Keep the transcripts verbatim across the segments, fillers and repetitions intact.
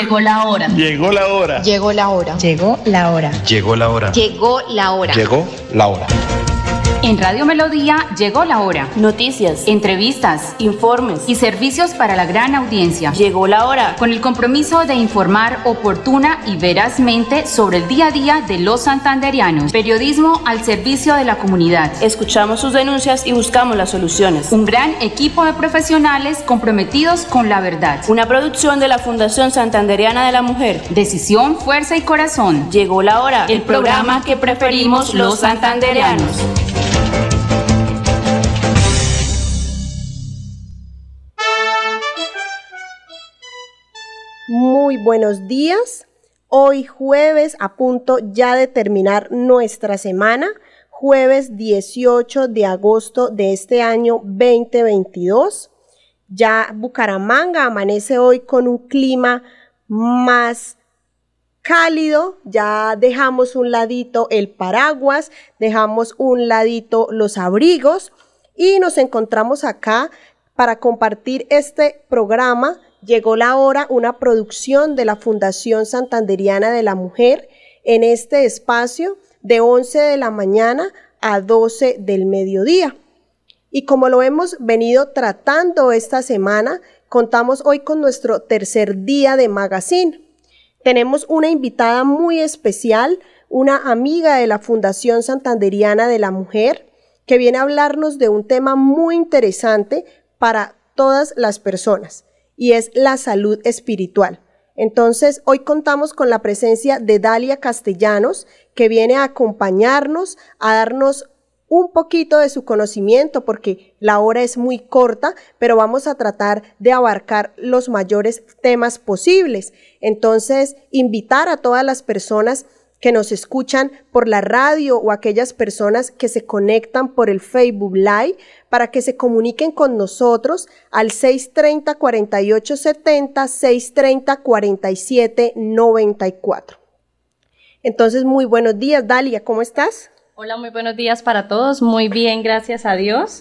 Llegó la hora. Llegó la hora. Llegó la hora. Llegó la hora. Llegó la hora. Llegó la hora. Llegó la hora. En Radio Melodía llegó la hora. Noticias, Entrevistas, informes y servicios para la gran audiencia. Llegó la hora. Con el compromiso de informar oportuna y verazmente sobre el día a día de los santanderianos. Periodismo al servicio de la comunidad. Escuchamos sus denuncias y buscamos las soluciones. Un gran equipo de profesionales comprometidos con la verdad. Una producción de la Fundación Santanderiana de la Mujer. Decisión, fuerza y corazón. Llegó la hora. El programa que preferimos los santanderianos. Muy buenos días. Hoy jueves, a punto ya de terminar nuestra semana, jueves dieciocho de agosto de este año veinte veintidós. Ya Bucaramanga amanece hoy con un clima más cálido, ya dejamos un ladito el paraguas, dejamos un ladito los abrigos y nos encontramos acá para compartir este programa. Llegó la hora, una producción de la Fundación Santanderiana de la Mujer, en este espacio de once de la mañana a doce del mediodía. Y como lo hemos venido tratando esta semana, contamos hoy con nuestro tercer día de magazine. Tenemos una invitada muy especial, una amiga de la Fundación Santanderiana de la Mujer, que viene a hablarnos de un tema muy interesante para todas las personas, y es la salud espiritual. Entonces, hoy contamos con la presencia de Dalia Castellanos, que viene a acompañarnos, a darnos un poquito de su conocimiento, porque la hora es muy corta, pero vamos a tratar de abarcar los mayores temas posibles. Entonces, invitar a todas las personas que nos escuchan por la radio o aquellas personas que se conectan por el Facebook Live para que se comuniquen con nosotros al seis treinta, cuarenta y ocho setenta, seis treinta, cuarenta y siete noventa y cuatro. Entonces, muy buenos días, Dalia, ¿cómo estás? Hola, muy buenos días para todos, muy bien, gracias a Dios.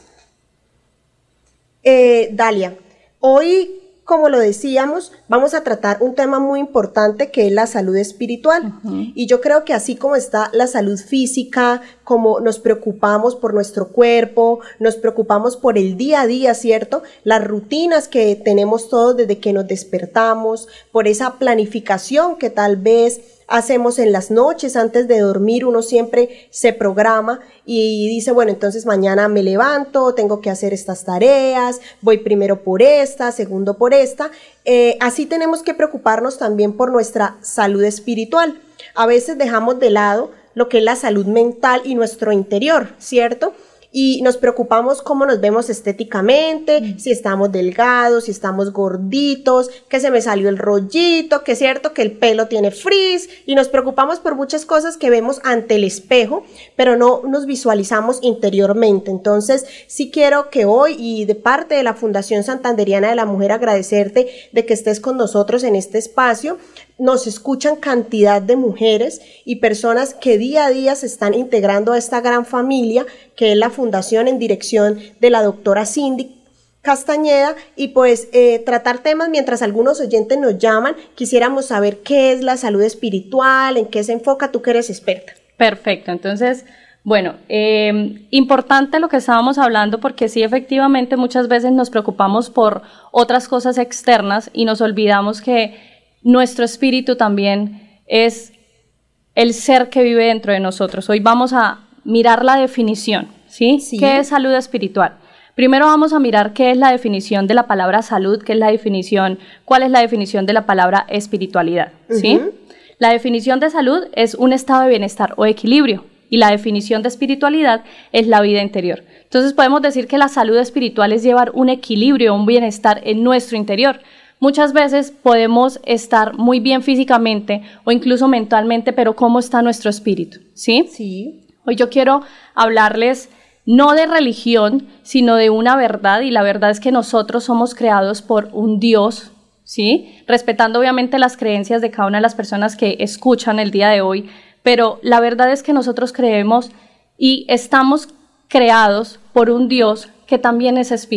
Eh, Dalia, hoy, como lo decíamos, vamos a tratar un tema muy importante que es la salud espiritual. Uh-huh. Y yo creo que así como está la salud física, como nos preocupamos por nuestro cuerpo, nos preocupamos por el día a día, ¿cierto? Las rutinas que tenemos todos desde que nos despertamos, por esa planificación que tal vez hacemos en las noches antes de dormir, uno siempre se programa y dice, bueno, entonces mañana me levanto, tengo que hacer estas tareas, voy primero por esta, segundo por esta. Eh, así tenemos que preocuparnos también por nuestra salud espiritual. A veces dejamos de lado lo que es la salud mental y nuestro interior, ¿cierto? Y nos preocupamos cómo nos vemos estéticamente, mm. si estamos delgados, si estamos gorditos, que se me salió el rollito, que es cierto que el pelo tiene frizz, y nos preocupamos por muchas cosas que vemos ante el espejo, pero no nos visualizamos interiormente. Entonces, sí quiero que hoy, y de parte de la Fundación Santanderiana de la Mujer, agradecerte de que estés con nosotros en este espacio. Nos escuchan cantidad de mujeres y personas que día a día se están integrando a esta gran familia que es la Fundación en dirección de la doctora Cindy Castañeda, y pues eh, tratar temas mientras algunos oyentes nos llaman. Quisiéramos saber qué es la salud espiritual, en qué se enfoca, tú que eres experta. Perfecto, entonces, bueno, eh, importante lo que estábamos hablando, porque sí, efectivamente muchas veces nos preocupamos por otras cosas externas y nos olvidamos que nuestro espíritu también es el ser que vive dentro de nosotros. Hoy vamos a mirar la definición, ¿sí? Sí. ¿Qué es salud espiritual? Primero vamos a mirar qué es la definición de la palabra salud, qué es la definición, cuál es la definición de la palabra espiritualidad, ¿sí? Uh-huh. La definición de salud es un estado de bienestar o equilibrio, y la definición de espiritualidad es la vida interior. Entonces podemos decir que la salud espiritual es llevar un equilibrio, un bienestar en nuestro interior. Muchas veces podemos estar muy bien físicamente o incluso mentalmente, pero ¿cómo está nuestro espíritu? ¿Sí? Sí. Hoy yo quiero hablarles no de religión, sino de una verdad, y la verdad es que nosotros somos creados por un Dios, ¿sí? Respetando obviamente las creencias de cada una de las personas que escuchan el día de hoy, pero la verdad es que nosotros creemos y estamos creados por un Dios que también es espíritu.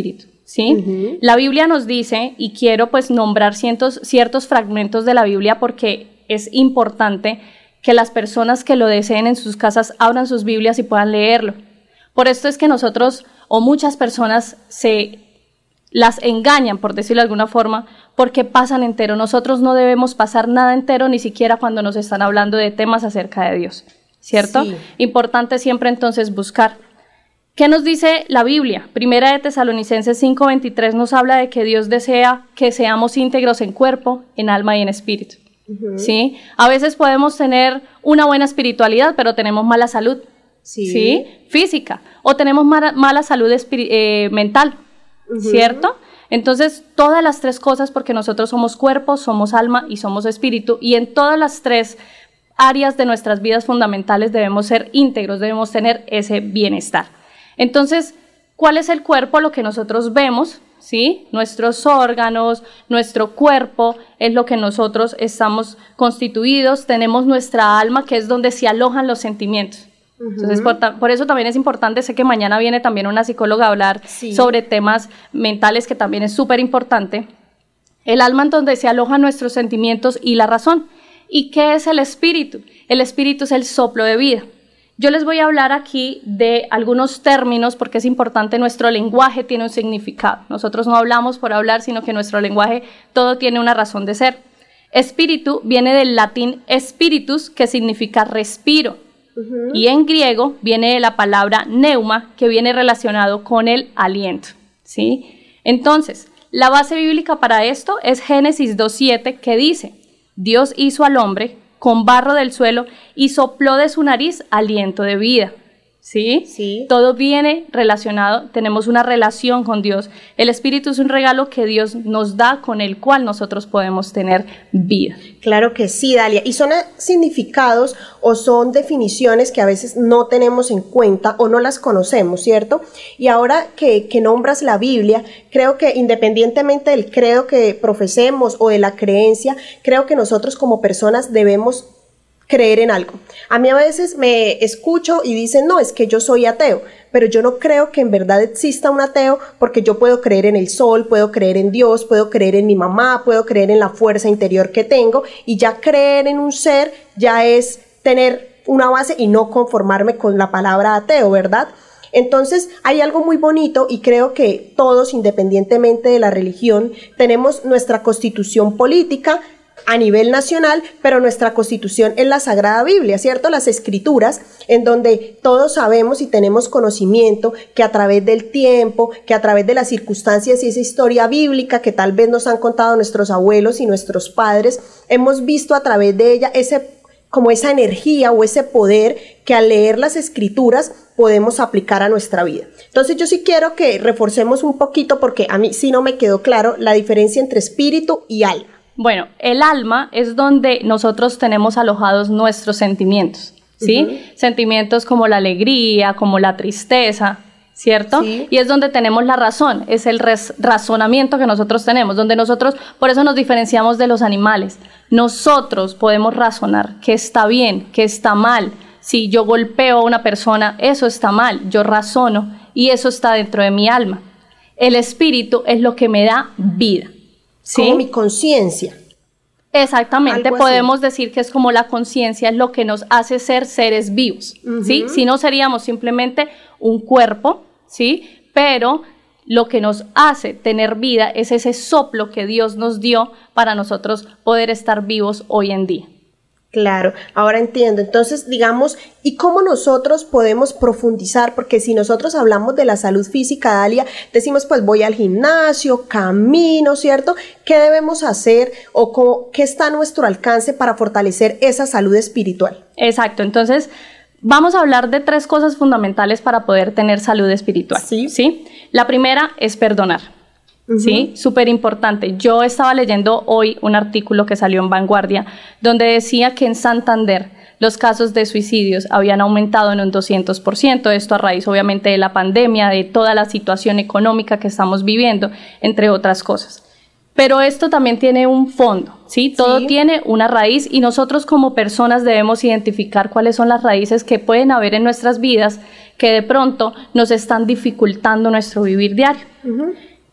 ¿sí? Uh-huh. La Biblia nos dice, y quiero pues nombrar ciertos, ciertos fragmentos de la Biblia porque es importante que las personas que lo deseen en sus casas abran sus Biblias y puedan leerlo. Por esto es que nosotros, o muchas personas, se las engañan, por decirlo de alguna forma, porque pasan entero. Nosotros no debemos pasar nada entero, ni siquiera cuando nos están hablando de temas acerca de Dios, ¿cierto? Sí. Importante siempre entonces buscar. ¿Qué nos dice la Biblia? Primera de Tesalonicenses cinco veintitrés nos habla de que Dios desea que seamos íntegros en cuerpo, en alma y en espíritu. Uh-huh. ¿Sí? A veces podemos tener una buena espiritualidad, pero tenemos mala salud, sí. ¿Sí? Física, o tenemos mala, mala salud eh, mental, uh-huh. ¿cierto? Entonces, todas las tres cosas, porque nosotros somos cuerpo, somos alma y somos espíritu, y en todas las tres áreas de nuestras vidas fundamentales debemos ser íntegros, debemos tener ese bienestar. Entonces, ¿cuál es el cuerpo? Lo que nosotros vemos, ¿sí? Nuestros órganos, nuestro cuerpo es lo que nosotros estamos constituidos, tenemos nuestra alma, que es donde se alojan los sentimientos. Uh-huh. Entonces, por, por eso también es importante, sé que mañana viene también una psicóloga a hablar sí. sobre temas mentales, que también es súper importante. El alma en donde se alojan nuestros sentimientos y la razón. ¿Y qué es el espíritu? El espíritu es el soplo de vida. Yo les voy a hablar aquí de algunos términos porque es importante, nuestro lenguaje tiene un significado. Nosotros no hablamos por hablar, sino que nuestro lenguaje todo tiene una razón de ser. Espíritu viene del latín spiritus, que significa respiro. Uh-huh. Y en griego viene de la palabra neuma, que viene relacionado con el aliento, ¿sí? Entonces, la base bíblica para esto es Génesis dos siete, que dice: Dios hizo al hombre con barro del suelo y sopló de su nariz aliento de vida, ¿sí? Sí. Todo viene relacionado, tenemos una relación con Dios. El Espíritu es un regalo que Dios nos da, con el cual nosotros podemos tener vida. Claro que sí, Dalia. Y son significados o son definiciones que a veces no tenemos en cuenta o no las conocemos, ¿cierto? Y ahora que, que nombras la Biblia, creo que independientemente del credo que profesemos o de la creencia, creo que nosotros como personas debemos creer en algo. A mí a veces me escucho y dicen, no, es que yo soy ateo, pero yo no creo que en verdad exista un ateo, porque yo puedo creer en el sol, puedo creer en Dios, puedo creer en mi mamá, puedo creer en la fuerza interior que tengo, y ya creer en un ser ya es tener una base y no conformarme con la palabra ateo, ¿verdad? Entonces hay algo muy bonito, y creo que todos, independientemente de la religión, tenemos nuestra constitución política a nivel nacional, pero nuestra constitución es la Sagrada Biblia, ¿cierto? Las escrituras, en donde todos sabemos y tenemos conocimiento que a través del tiempo, que a través de las circunstancias y esa historia bíblica que tal vez nos han contado nuestros abuelos y nuestros padres, hemos visto a través de ella ese, como esa energía o ese poder que al leer las escrituras podemos aplicar a nuestra vida. Entonces yo sí quiero que reforcemos un poquito, porque a mí sí no me quedó claro la diferencia entre espíritu y alma. Bueno, el alma es donde nosotros tenemos alojados nuestros sentimientos, ¿sí? Uh-huh. Sentimientos como la alegría, como la tristeza, ¿cierto? Sí. Y es donde tenemos la razón, es el res- razonamiento que nosotros tenemos, donde nosotros, por eso nos diferenciamos de los animales. Nosotros podemos razonar qué está bien, qué está mal. Si yo golpeo a una persona, eso está mal, yo razono y eso está dentro de mi alma. El espíritu es lo que me da vida. ¿Sí? Como mi conciencia. Exactamente, podemos decir que es como la conciencia, es lo que nos hace ser seres vivos, uh-huh. ¿sí? Si no seríamos simplemente un cuerpo, ¿sí? Pero lo que nos hace tener vida es ese soplo que Dios nos dio para nosotros poder estar vivos hoy en día. Claro, ahora entiendo. Entonces, digamos, ¿y cómo nosotros podemos profundizar? Porque si nosotros hablamos de la salud física, Dalia, decimos, pues voy al gimnasio, camino, ¿cierto? ¿Qué debemos hacer o cómo, qué está a nuestro alcance para fortalecer esa salud espiritual? Exacto, entonces vamos a hablar de tres cosas fundamentales para poder tener salud espiritual. Sí. ¿Sí? La primera es perdonar. Uh-huh. Sí, súper importante. Yo estaba leyendo hoy un artículo que salió en Vanguardia donde decía que en Santander los casos de suicidios habían aumentado en un doscientos por ciento, esto a raíz obviamente de la pandemia, de toda la situación económica que estamos viviendo, entre otras cosas. Pero esto también tiene un fondo, ¿sí? Todo sí. tiene una raíz, y nosotros como personas debemos identificar cuáles son las raíces que pueden haber en nuestras vidas que de pronto nos están dificultando nuestro vivir diario. Uh-huh.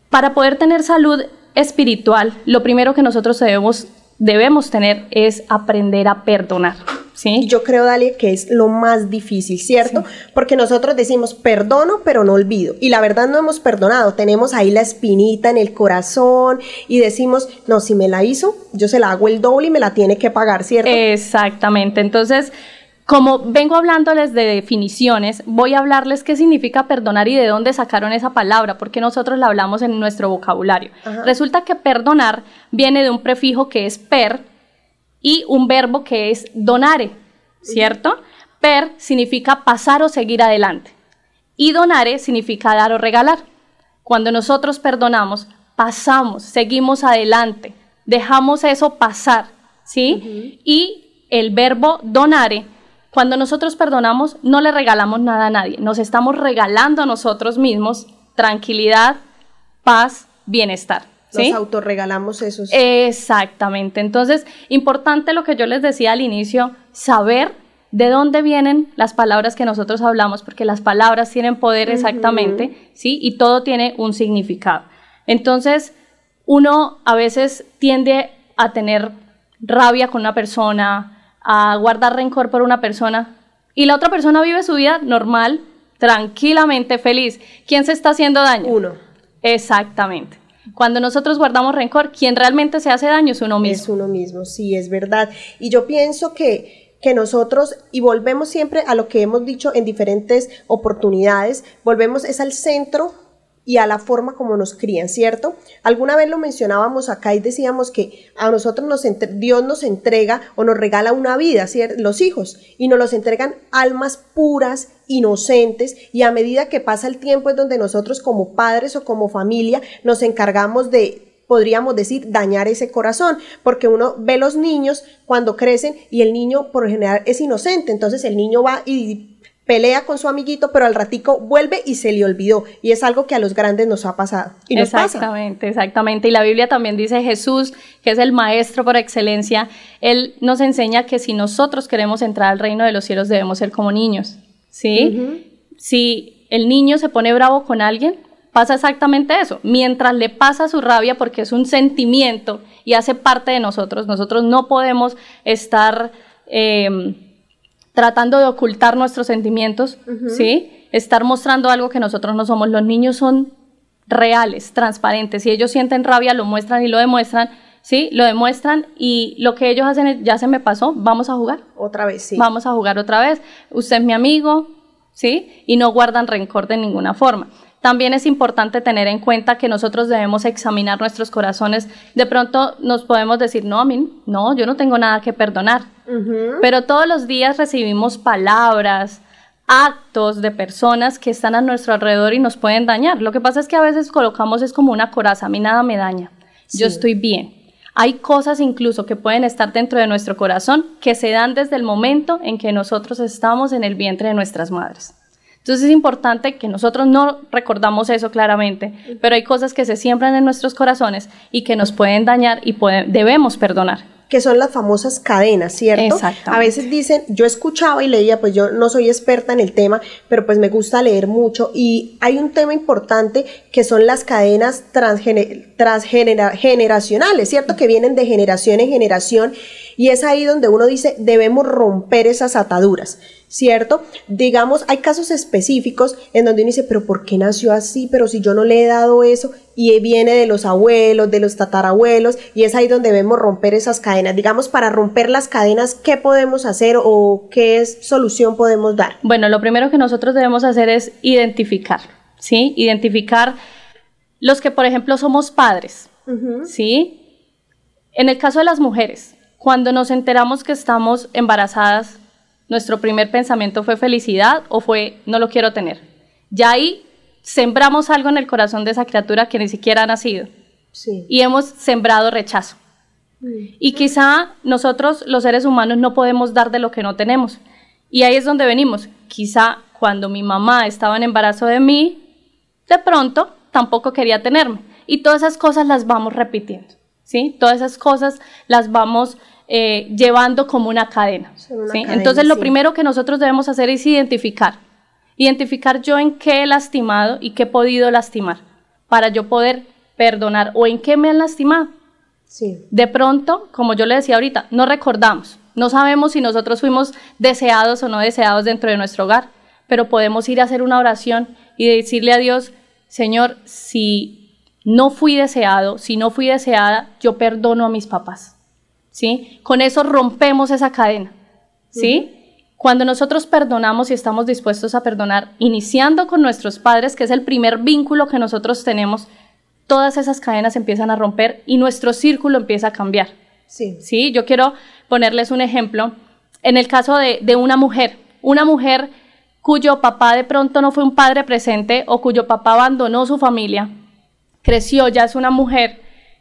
Para poder tener salud espiritual, lo primero que nosotros debemos, debemos tener es aprender a perdonar. ¿Sí? Y yo creo, Dalia, que es lo más difícil, ¿cierto? Sí. Porque nosotros decimos, perdono, pero no olvido. Y la verdad no hemos perdonado. Tenemos ahí la espinita en el corazón y decimos, no, si me la hizo, yo se la hago el doble y me la tiene que pagar, ¿cierto? Exactamente. Entonces, como vengo hablándoles de definiciones, voy a hablarles qué significa perdonar y de dónde sacaron esa palabra, porque nosotros la hablamos en nuestro vocabulario. Ajá. Resulta que perdonar viene de un prefijo que es per, y un verbo que es donare, ¿cierto? Uh-huh. Per significa pasar o seguir adelante y donare significa dar o regalar. Cuando nosotros perdonamos, pasamos, seguimos adelante, dejamos eso pasar, ¿sí? Uh-huh. Y el verbo donare, cuando nosotros perdonamos, no le regalamos nada a nadie, nos estamos regalando a nosotros mismos tranquilidad, paz, bienestar. ¿Sí? Nos autorregalamos esos. Exactamente. Entonces, importante lo que yo les decía al inicio, saber de dónde vienen las palabras que nosotros hablamos, porque las palabras tienen poder exactamente, uh-huh. ¿sí? Y todo tiene un significado. Entonces, uno a veces tiende a tener rabia con una persona, a guardar rencor por una persona, y la otra persona vive su vida normal, tranquilamente, feliz. ¿Quién se está haciendo daño? Uno. Exactamente. Cuando nosotros guardamos rencor, quien realmente se hace daño es uno mismo. Es uno mismo, sí, es verdad. Y yo pienso que, que nosotros, y volvemos siempre a lo que hemos dicho en diferentes oportunidades, volvemos es al centro y a la forma como nos crían, ¿cierto? Alguna vez lo mencionábamos acá y decíamos que a nosotros nos entre, Dios nos entrega o nos regala una vida, ¿cierto? Los hijos, y nos los entregan almas puras, inocentes, y a medida que pasa el tiempo es donde nosotros como padres o como familia nos encargamos de, podríamos decir, dañar ese corazón, porque uno ve los niños cuando crecen y el niño por lo general es inocente, entonces el niño va y pelea con su amiguito, pero al ratico vuelve y se le olvidó, y es algo que a los grandes nos ha pasado. Y nos exactamente, pasa. exactamente, y la Biblia también dice, Jesús, que es el maestro por excelencia, Él nos enseña que si nosotros queremos entrar al reino de los cielos debemos ser como niños, ¿sí? Uh-huh. Si el niño se pone bravo con alguien, pasa exactamente eso, mientras le pasa su rabia, porque es un sentimiento y hace parte de nosotros, nosotros no podemos estar Eh, tratando de ocultar nuestros sentimientos, uh-huh. ¿sí? Estar mostrando algo que nosotros no somos. Los niños son reales, transparentes. Si ellos sienten rabia, lo muestran y lo demuestran, ¿sí? Lo demuestran y lo que ellos hacen es, ya se me pasó, vamos a jugar. Otra vez, sí. Vamos a jugar otra vez. Usted es mi amigo, ¿sí? Y no guardan rencor de ninguna forma. También es importante tener en cuenta que nosotros debemos examinar nuestros corazones. De pronto nos podemos decir, no, a mí, no, yo no tengo nada que perdonar. Uh-huh. Pero todos los días recibimos palabras, actos de personas que están a nuestro alrededor y nos pueden dañar. Lo que pasa es que a veces colocamos es como una coraza, a mí nada me daña, sí. Yo estoy bien. Hay cosas incluso que pueden estar dentro de nuestro corazón que se dan desde el momento en que nosotros estamos en el vientre de nuestras madres. Entonces es importante que nosotros no recordamos eso claramente, pero hay cosas que se siembran en nuestros corazones y que nos pueden dañar y puede, debemos perdonar. Que son las famosas cadenas, ¿cierto? Exactamente. A veces dicen, yo escuchaba y leía, pues yo no soy experta en el tema, pero pues me gusta leer mucho, y hay un tema importante que son las cadenas transgener- transgeneracionales, ¿cierto? Que vienen de generación en generación, y es ahí donde uno dice, debemos romper esas ataduras, ¿cierto? Digamos, hay casos específicos en donde uno dice, pero ¿por qué nació así? Pero si yo no le he dado eso, y viene de los abuelos, de los tatarabuelos, y es ahí donde debemos romper esas cadenas. Digamos, para romper las cadenas, ¿qué podemos hacer o qué solución podemos dar? Bueno, lo primero que nosotros debemos hacer es identificar, ¿sí? Identificar los que, por ejemplo, somos padres, uh-huh. ¿sí? En el caso de las mujeres, cuando nos enteramos que estamos embarazadas, nuestro primer pensamiento fue felicidad o fue no lo quiero tener. Ya ahí sembramos algo en el corazón de esa criatura que ni siquiera ha nacido. Sí. Y hemos sembrado rechazo. Sí. Y quizá nosotros, los seres humanos, no podemos dar de lo que no tenemos. Y ahí es donde venimos. Quizá cuando mi mamá estaba en embarazo de mí, de pronto tampoco quería tenerme. Y todas esas cosas las vamos repitiendo, ¿sí? Todas esas cosas las vamos eh, llevando como una cadena, una ¿sí? cadena Entonces lo sí. primero que nosotros debemos hacer es identificar. Identificar yo en qué he lastimado y qué he podido lastimar, para yo poder perdonar o en qué me han lastimado. Sí. De pronto, como yo le decía ahorita, no recordamos, no sabemos si nosotros fuimos deseados o no deseados dentro de nuestro hogar, pero podemos ir a hacer una oración y decirle a Dios, Señor, si no fui deseado, si no fui deseada, yo perdono a mis papás, ¿sí? Con eso rompemos esa cadena, ¿sí? Uh-huh. Cuando nosotros perdonamos y estamos dispuestos a perdonar, iniciando con nuestros padres, que es el primer vínculo que nosotros tenemos, todas esas cadenas empiezan a romper y nuestro círculo empieza a cambiar. Sí. ¿Sí? Yo quiero ponerles un ejemplo. En el caso de, de una mujer, una mujer cuyo papá de pronto no fue un padre presente o cuyo papá abandonó su familia, creció, ya es una mujer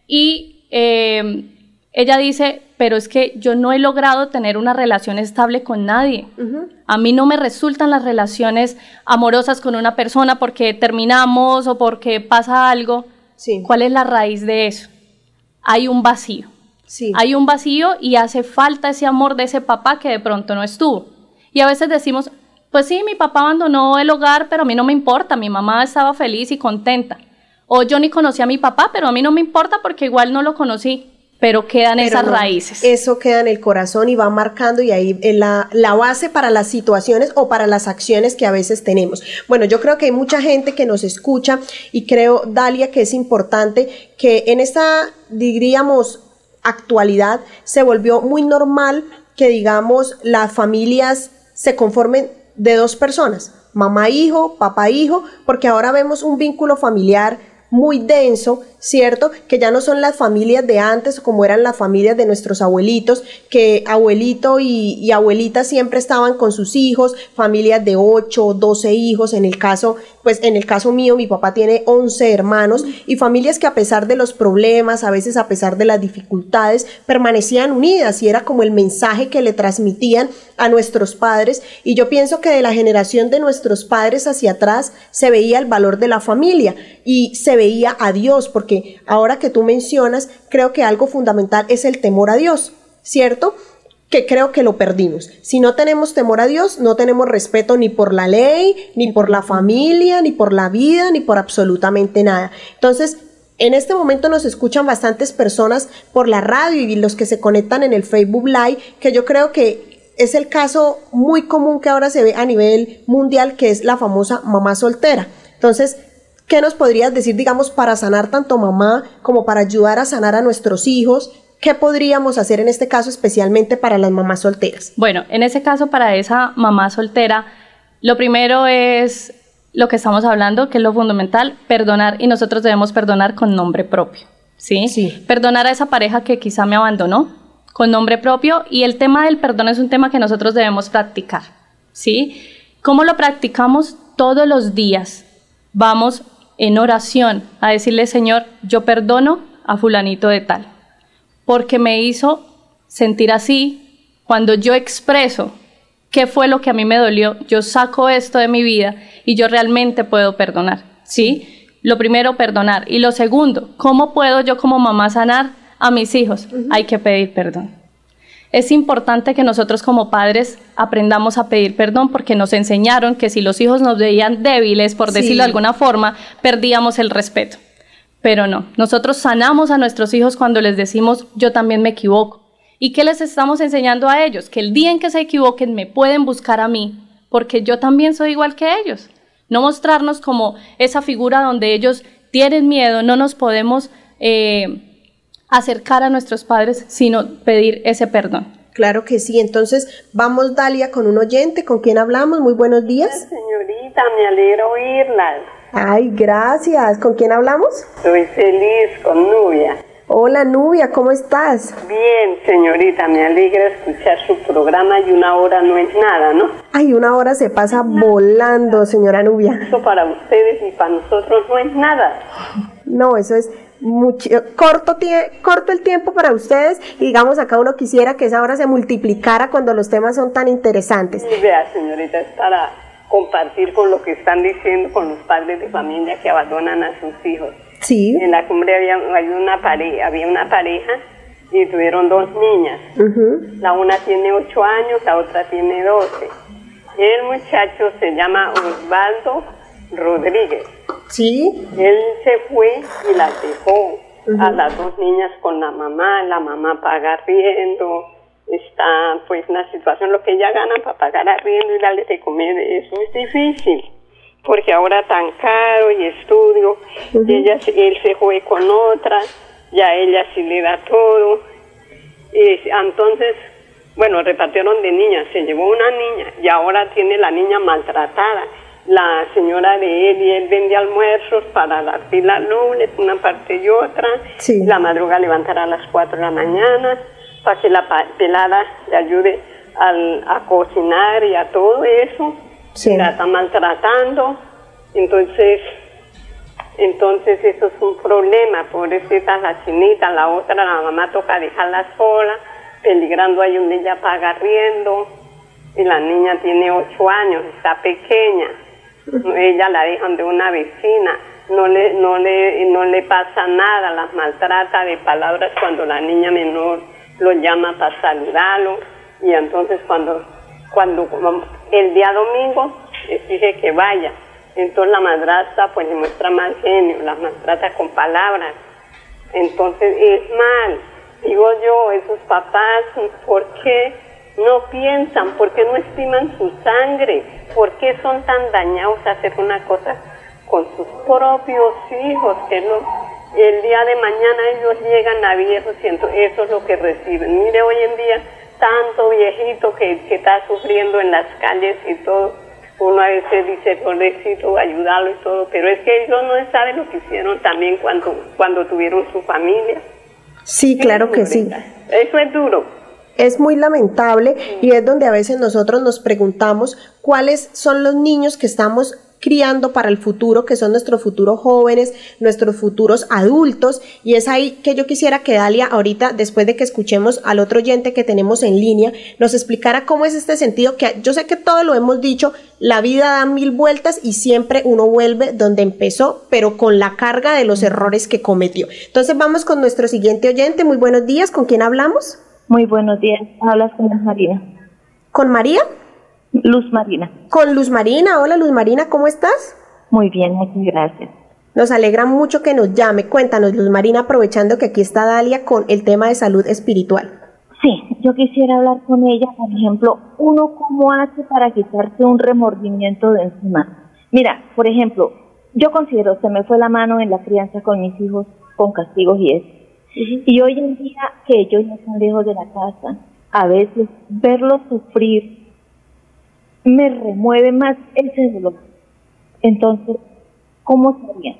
y eh, ella dice, pero es que yo no he logrado tener una relación estable con nadie. Uh-huh. A mí no me resultan las relaciones amorosas con una persona porque terminamos o porque pasa algo. Sí. ¿Cuál es la raíz de eso? Hay un vacío. Sí. Hay un vacío y hace falta ese amor de ese papá que de pronto no estuvo. Y a veces decimos, pues sí, mi papá abandonó el hogar, pero a mí no me importa, mi mamá estaba feliz y contenta. O yo ni conocí a mi papá, pero a mí no me importa porque igual no lo conocí. Pero quedan pero esas no, raíces. Eso queda en el corazón y va marcando y ahí es la, la base para las situaciones o para las acciones que a veces tenemos. Bueno, yo creo que hay mucha gente que nos escucha y creo, Dalia, que es importante que en esta, diríamos, actualidad se volvió muy normal que, digamos, las familias se conformen de dos personas, mamá-hijo, papá-hijo, porque ahora vemos un vínculo familiar muy denso, ¿cierto? Que ya no son las familias de antes como eran las familias de nuestros abuelitos, que abuelito y, y abuelita siempre estaban con sus hijos, familias de ocho, doce hijos, en el caso, pues en el caso mío, mi papá tiene once hermanos y familias que a pesar de los problemas, a veces a pesar de las dificultades, permanecían unidas y era como el mensaje que le transmitían a nuestros padres y yo pienso que de la generación de nuestros padres hacia atrás se veía el valor de la familia y se veía a Dios, porque ahora que tú mencionas, creo que algo fundamental es el temor a Dios, ¿cierto? Que creo que lo perdimos. Si no tenemos temor a Dios, no tenemos respeto ni por la ley, ni por la familia, ni por la vida, ni por absolutamente nada. Entonces, en este momento nos escuchan bastantes personas por la radio y los que se conectan en el Facebook Live, que yo creo que es el caso muy común que ahora se ve a nivel mundial, que es la famosa mamá soltera. Entonces, ¿qué nos podrías decir, digamos, para sanar tanto mamá como para ayudar a sanar a nuestros hijos? ¿Qué podríamos hacer en este caso especialmente para las mamás solteras? Bueno, en ese caso para esa mamá soltera, lo primero es lo que estamos hablando, que es lo fundamental, perdonar, y nosotros debemos perdonar con nombre propio, ¿sí? Sí. Perdonar a esa pareja que quizá me abandonó con nombre propio, y el tema del perdón es un tema que nosotros debemos practicar, ¿sí? ¿Cómo lo practicamos? Todos los días vamos en oración a decirle, Señor, yo perdono a fulanito de tal, porque me hizo sentir así. Cuando yo expreso qué fue lo que a mí me dolió, yo saco esto de mi vida y yo realmente puedo perdonar, ¿sí? Lo primero, perdonar. Y lo segundo, ¿cómo puedo yo como mamá sanar a mis hijos? Uh-huh. Hay que pedir perdón. Es importante que nosotros como padres aprendamos a pedir perdón porque nos enseñaron que si los hijos nos veían débiles, por decirlo sí. de alguna forma, perdíamos el respeto. Pero no, nosotros sanamos a nuestros hijos cuando les decimos, yo también me equivoco. ¿Y qué les estamos enseñando a ellos? Que el día en que se equivoquen me pueden buscar a mí, porque yo también soy igual que ellos. No mostrarnos como esa figura donde ellos tienen miedo, no nos podemos eh, acercar a nuestros padres, sino pedir ese perdón. Claro que sí. Entonces, vamos, Dalia, con un oyente. ¿Con quién hablamos? Muy buenos días. Hola, señorita, me alegro oírla. Ay, gracias. ¿Con quién hablamos? Estoy feliz, con Nubia. Hola, Nubia, ¿cómo estás? Bien, señorita, me alegra escuchar su programa y una hora no es nada, ¿no? Ay, una hora se pasa volando, señora Nubia. Eso para ustedes y para nosotros no es nada. No, eso es mucho, corto, tie, corto el tiempo para ustedes y digamos acá uno quisiera que esa hora se multiplicara cuando los temas son tan interesantes. Y vea, señorita, es para compartir con lo que están diciendo con los padres de familia que abandonan a sus hijos. Sí. En la cumbre había, había, una, pare, había una pareja y tuvieron dos niñas. Uh-huh. La una tiene ocho años, la otra tiene doce. El muchacho se llama Osvaldo Rodríguez Sí. Él se fue y las dejó uh-huh. a las dos niñas con la mamá, la mamá paga arriendo, está pues una situación, lo que ella gana para pagar arriendo y darle de comer, eso es difícil, porque ahora tan caro y estudio, uh-huh. y ella, él se fue con otra, ya ella sí le da todo, y entonces, bueno, repartieron de niñas, se llevó una niña y ahora tiene la niña maltratada. La señora de él y él vende almuerzos para las pilas nobles, una parte y otra, sí. La madruga levantará a las cuatro de la mañana para que la pelada le ayude al, a cocinar y a todo eso, sí. La está maltratando, entonces, entonces eso es un problema, pobrecita la chinita, la otra, la mamá toca dejarla sola, peligrando ahí donde ella paga arriendo, y la niña tiene ocho años, está pequeña. Ella la dejan de una vecina, no le, no le, no le pasa nada, las maltrata de palabras cuando la niña menor lo llama para saludarlo, y entonces cuando, cuando el día domingo les dije que vaya, entonces la madrastra pues le muestra mal genio, las maltrata con palabras, entonces es mal, digo yo, esos papás, ¿por qué no piensan? ¿Por qué no estiman su sangre? ¿Por qué son tan dañados a hacer una cosa con sus propios hijos? Que no, el día de mañana ellos llegan a viejos y eso es lo que reciben. Mire, hoy en día, tanto viejito que, que está sufriendo en las calles y todo, uno a veces dice, pobrecito, ayudarlo y todo, pero es que ellos no saben lo que hicieron también cuando, cuando tuvieron su familia. Sí, claro que sí. Eso es duro. Es muy lamentable y es donde a veces nosotros nos preguntamos cuáles son los niños que estamos criando para el futuro, que son nuestros futuros jóvenes, nuestros futuros adultos, y es ahí que yo quisiera que Dalia ahorita, después de que escuchemos al otro oyente que tenemos en línea, nos explicara cómo es este sentido, que yo sé que todo lo hemos dicho, la vida da mil vueltas y siempre uno vuelve donde empezó, pero con la carga de los errores que cometió. Entonces vamos con nuestro siguiente oyente. Muy buenos días, ¿con quién hablamos? Muy buenos días, hablas con Luz Marina. ¿Con María? Luz Marina. Con Luz Marina, hola Luz Marina, ¿cómo estás? Muy bien, muchas gracias. Nos alegra mucho que nos llame, cuéntanos Luz Marina, aprovechando que aquí está Dalia con el tema de salud espiritual. Sí, yo quisiera hablar con ella, por ejemplo, uno cómo hace para quitarse un remordimiento de encima. Mira, por ejemplo, yo considero, se me fue la mano en la crianza con mis hijos, con castigos y eso. Uh-huh. Y hoy en día que ellos no están lejos de la casa, a veces verlos sufrir me remueve más ese dolor. Entonces, ¿cómo sería?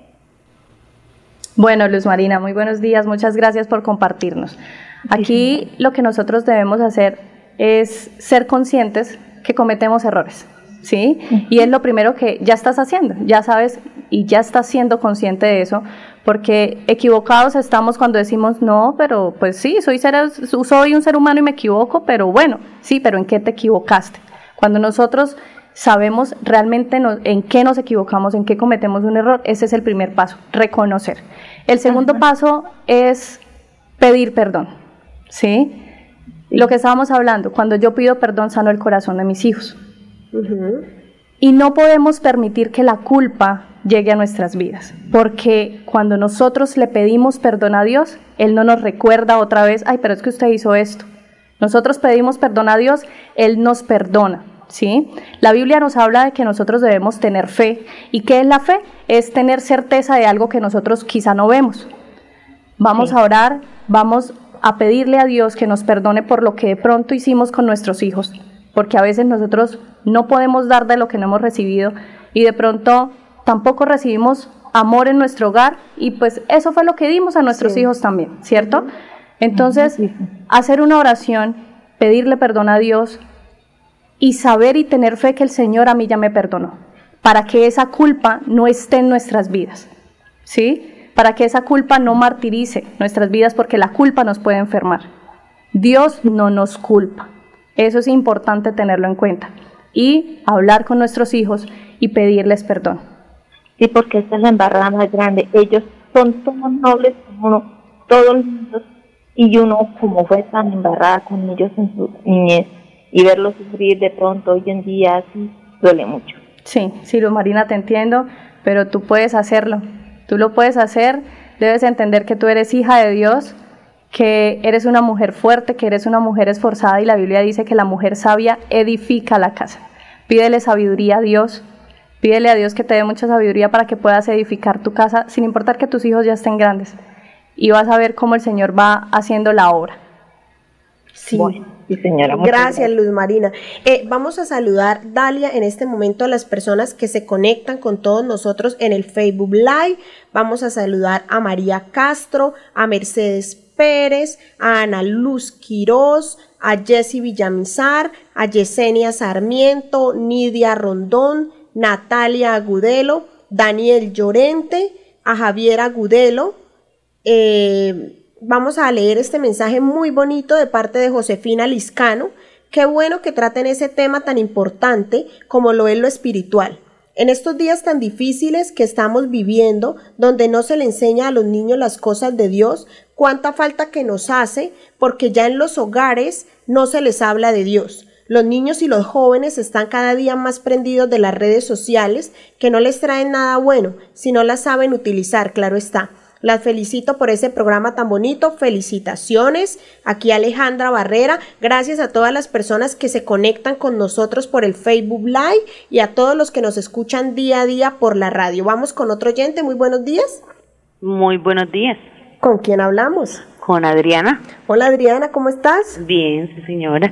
Bueno, Luz Marina, muy buenos días, muchas gracias por compartirnos. Aquí lo que nosotros debemos hacer es ser conscientes que cometemos errores, ¿sí? Uh-huh. Y es lo primero que ya estás haciendo, ya sabes y ya estás siendo consciente de eso, porque equivocados estamos cuando decimos, no, pero pues sí, soy, ser, soy un ser humano y me equivoco, pero bueno, sí, pero ¿en qué te equivocaste? Cuando nosotros sabemos realmente no, en qué nos equivocamos, en qué cometemos un error, ese es el primer paso, reconocer. El segundo Ajá. paso es pedir perdón, ¿sí? Sí. Lo que estábamos hablando, cuando yo pido perdón, sano el corazón de mis hijos. Uh-huh. Y no podemos permitir que la culpa llegue a nuestras vidas, porque cuando nosotros le pedimos perdón a Dios, Él no nos recuerda otra vez, ay, pero es que usted hizo esto. Nosotros pedimos perdón a Dios, Él nos perdona, ¿sí? La Biblia nos habla de que nosotros debemos tener fe. ¿Y qué es la fe? Es tener certeza de algo que nosotros quizá no vemos. Vamos sí. a orar, vamos a pedirle a Dios que nos perdone por lo que de pronto hicimos con nuestros hijos, porque a veces nosotros no podemos dar de lo que no hemos recibido y de pronto tampoco recibimos amor en nuestro hogar y pues eso fue lo que dimos a nuestros sí. hijos también, ¿cierto? Entonces, hacer una oración, pedirle perdón a Dios y saber y tener fe que el Señor a mí ya me perdonó, para que esa culpa no esté en nuestras vidas, ¿sí? Para que esa culpa no martirice nuestras vidas, porque la culpa nos puede enfermar. Dios no nos culpa, eso es importante tenerlo en cuenta, y hablar con nuestros hijos y pedirles perdón. Sí, porque esta es la embarrada más grande, ellos son todos nobles como uno, todos lindos, y uno como fue tan embarrada con ellos en su niñez, y verlos sufrir de pronto hoy en día así duele mucho. Sí, sí, Luz Marina, te entiendo, pero tú puedes hacerlo, tú lo puedes hacer, debes entender que tú eres hija de Dios, que eres una mujer fuerte, que eres una mujer esforzada, y la Biblia dice que la mujer sabia edifica la casa. Pídele sabiduría a Dios, pídele a Dios que te dé mucha sabiduría para que puedas edificar tu casa, sin importar que tus hijos ya estén grandes, y vas a ver cómo el Señor va haciendo la obra. Sí, bueno, sí señora. Gracias, gracias, Luz Marina. Eh, vamos a saludar, Dalia, en este momento a las personas que se conectan con todos nosotros en el Facebook Live. Vamos a saludar a María Castro, a Mercedes Pérez, a Ana Luz Quirós, a Jessy Villamizar, a Yesenia Sarmiento, Nidia Rondón, Natalia Agudelo, Daniel Llorente, a Javier Agudelo. Eh, vamos a leer este mensaje muy bonito de parte de Josefina Liscano. Qué bueno que traten ese tema tan importante como lo es lo espiritual. En estos días tan difíciles que estamos viviendo, donde no se le enseña a los niños las cosas de Dios, cuánta falta que nos hace, porque ya en los hogares no se les habla de Dios. Los niños y los jóvenes están cada día más prendidos de las redes sociales, que no les traen nada bueno, si no las saben utilizar, claro está. Las felicito por ese programa tan bonito, felicitaciones. Aquí Alejandra Barrera, gracias a todas las personas que se conectan con nosotros por el Facebook Live y a todos los que nos escuchan día a día por la radio. Vamos con otro oyente, muy buenos días. Muy buenos días. ¿Con quién hablamos? Con Adriana. Hola Adriana, ¿cómo estás? Bien, sí, señora.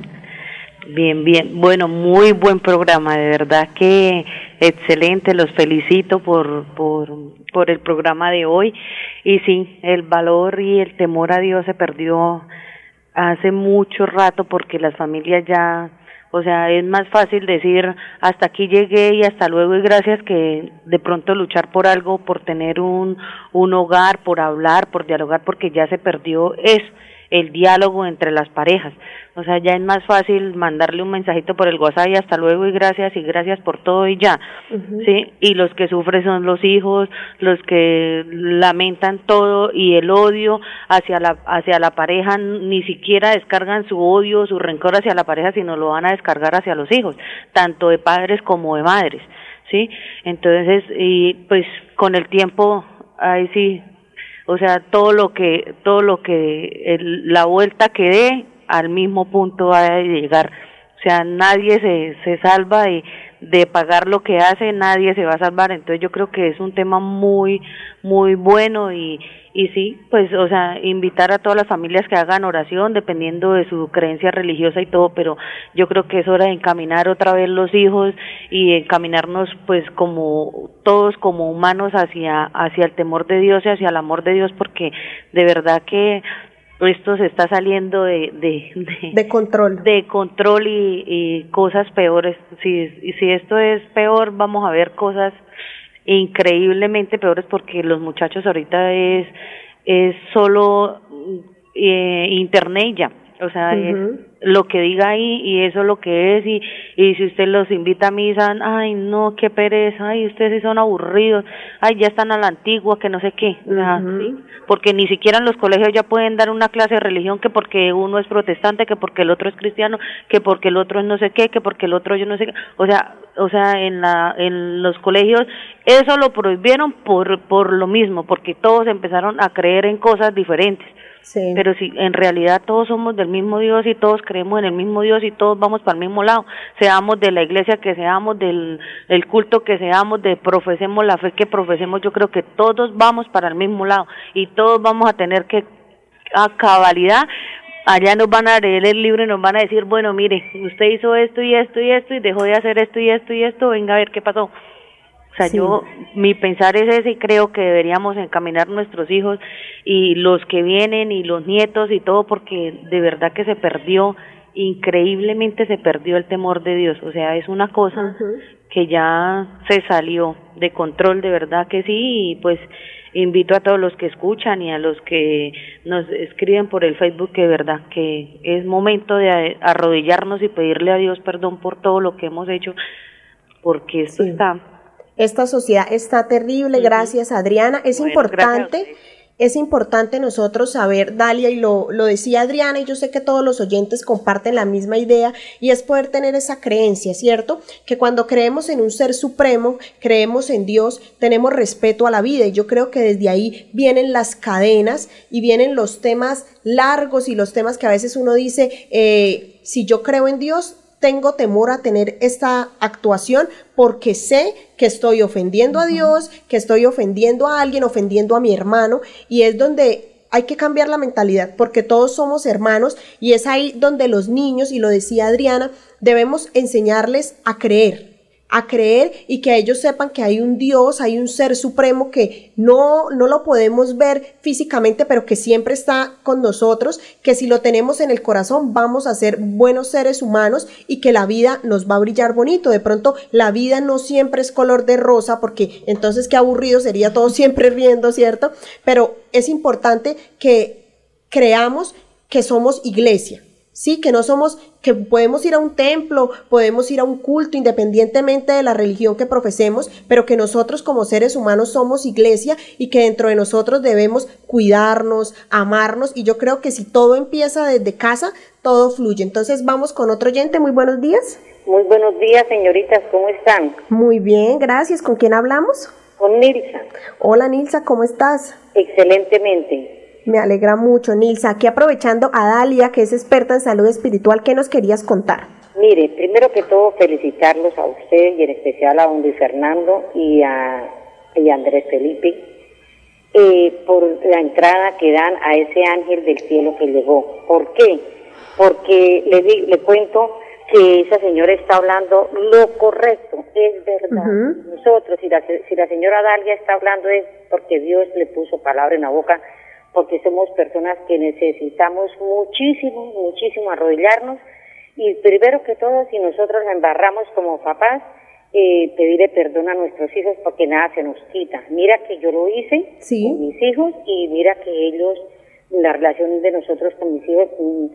Bien, bien. Bueno, muy buen programa, de verdad que excelente, los felicito por, por, por el programa de hoy. Y sí, el valor y el temor a Dios se perdió hace mucho rato porque las familias ya, o sea, es más fácil decir hasta aquí llegué y hasta luego y gracias que de pronto luchar por algo, por tener un, un hogar, por hablar, por dialogar, porque ya se perdió eso, el diálogo entre las parejas. O sea, ya es más fácil mandarle un mensajito por el WhatsApp y hasta luego y gracias y gracias por todo y ya, uh-huh. ¿Sí? Y los que sufren son los hijos, los que lamentan todo y el odio hacia la hacia la pareja, ni siquiera descargan su odio, su rencor hacia la pareja, sino lo van a descargar hacia los hijos, tanto de padres como de madres, ¿sí? Entonces, y pues con el tiempo, ahí sí, o sea, todo lo que, todo lo que, el, la vuelta que dé, al mismo punto va a llegar. O sea, nadie se, se salva de, de pagar lo que hace, nadie se va a salvar. Entonces yo creo que es un tema muy, muy bueno y, y sí, pues, o sea, invitar a todas las familias que hagan oración, dependiendo de su creencia religiosa y todo, pero yo creo que es hora de encaminar otra vez los hijos y encaminarnos, pues, como, todos como humanos hacia, hacia el temor de Dios y hacia el amor de Dios, porque de verdad que esto se está saliendo de de, de, de control de control y, y cosas peores. Si, si esto es peor, vamos a ver cosas increíblemente peores, porque los muchachos ahorita es es solo eh, internet y ya, o sea, uh-huh. es lo que diga ahí y eso es lo que es, y y si usted los invita a misa, ay no, qué pereza, ay ustedes sí son aburridos, ay ya están a la antigua, que no sé qué, o sea, uh-huh. ¿sí? Porque ni siquiera en los colegios ya pueden dar una clase de religión, que porque uno es protestante, que porque el otro es cristiano, que porque el otro es no sé qué, que porque el otro yo no sé qué, o sea, o sea, en la en los colegios eso lo prohibieron por por lo mismo, porque todos empezaron a creer en cosas diferentes. Sí. Pero si en realidad todos somos del mismo Dios y todos creemos en el mismo Dios y todos vamos para el mismo lado, seamos de la iglesia que seamos, del el culto que seamos, de profesemos la fe que profesemos, yo creo que todos vamos para el mismo lado y todos vamos a tener que a cabalidad, allá nos van a leer el libro y nos van a decir, bueno, mire, usted hizo esto y esto y esto y dejó de hacer esto y esto y esto, venga a ver qué pasó. O sea, sí. yo, mi pensar es ese y creo que deberíamos encaminar nuestros hijos y los que vienen y los nietos y todo, porque de verdad que se perdió, increíblemente se perdió el temor de Dios. O sea, es una cosa uh-huh. que ya se salió de control, de verdad que sí, y pues invito a todos los que escuchan y a los que nos escriben por el Facebook que de verdad que es momento de arrodillarnos y pedirle a Dios perdón por todo lo que hemos hecho, porque esto sí. está... Esta sociedad está terrible, uh-huh. gracias Adriana. Es bueno, importante es importante nosotros saber, Dalia, y lo, lo decía Adriana, y yo sé que todos los oyentes comparten la misma idea, y es poder tener esa creencia, ¿cierto? Que cuando creemos en un ser supremo, creemos en Dios, tenemos respeto a la vida, y yo creo que desde ahí vienen las cadenas y vienen los temas largos y los temas que a veces uno dice, eh, si yo creo en Dios, tengo temor a tener esta actuación porque sé que estoy ofendiendo a Dios, que estoy ofendiendo a alguien, ofendiendo a mi hermano, y es donde hay que cambiar la mentalidad, porque todos somos hermanos, y es ahí donde los niños, y lo decía Adriana, debemos enseñarles a creer, a creer y que ellos sepan que hay un Dios, hay un ser supremo que no, no lo podemos ver físicamente, pero que siempre está con nosotros, que si lo tenemos en el corazón vamos a ser buenos seres humanos y que la vida nos va a brillar bonito. De pronto la vida no siempre es color de rosa, porque entonces qué aburrido sería todo siempre riendo, ¿cierto? Pero es importante que creamos que somos iglesia. Sí, que no somos, que podemos ir a un templo, podemos ir a un culto independientemente de la religión que profesemos, pero que nosotros como seres humanos somos iglesia y que dentro de nosotros debemos cuidarnos, amarnos, y yo creo que si todo empieza desde casa, todo fluye. Entonces vamos con otro oyente. Muy buenos días. Muy buenos días, señoritas, ¿cómo están? Muy bien, gracias. ¿Con quién hablamos? Con Nilsa. Hola Nilsa, ¿cómo estás? Excelentemente. Me alegra mucho, Nilsa. Aquí aprovechando a Dalia, que es experta en salud espiritual, ¿qué nos querías contar? Mire, primero que todo felicitarlos a ustedes y en especial a don Luis Fernando y a, y a Andrés Felipe eh, por la entrada que dan a ese ángel del cielo que llegó. ¿Por qué? Porque le, di, le cuento que esa señora está hablando lo correcto, es verdad. Uh-huh. Nosotros, si la, si la señora Dalia está hablando es porque Dios le puso palabra en la boca, porque somos personas que necesitamos muchísimo, muchísimo arrodillarnos, y primero que todo, si nosotros la embarramos como papás, eh, pedirle perdón a nuestros hijos porque nada se nos quita. Mira que yo lo hice sí. con mis hijos, y mira que ellos, la relación de nosotros con mis hijos,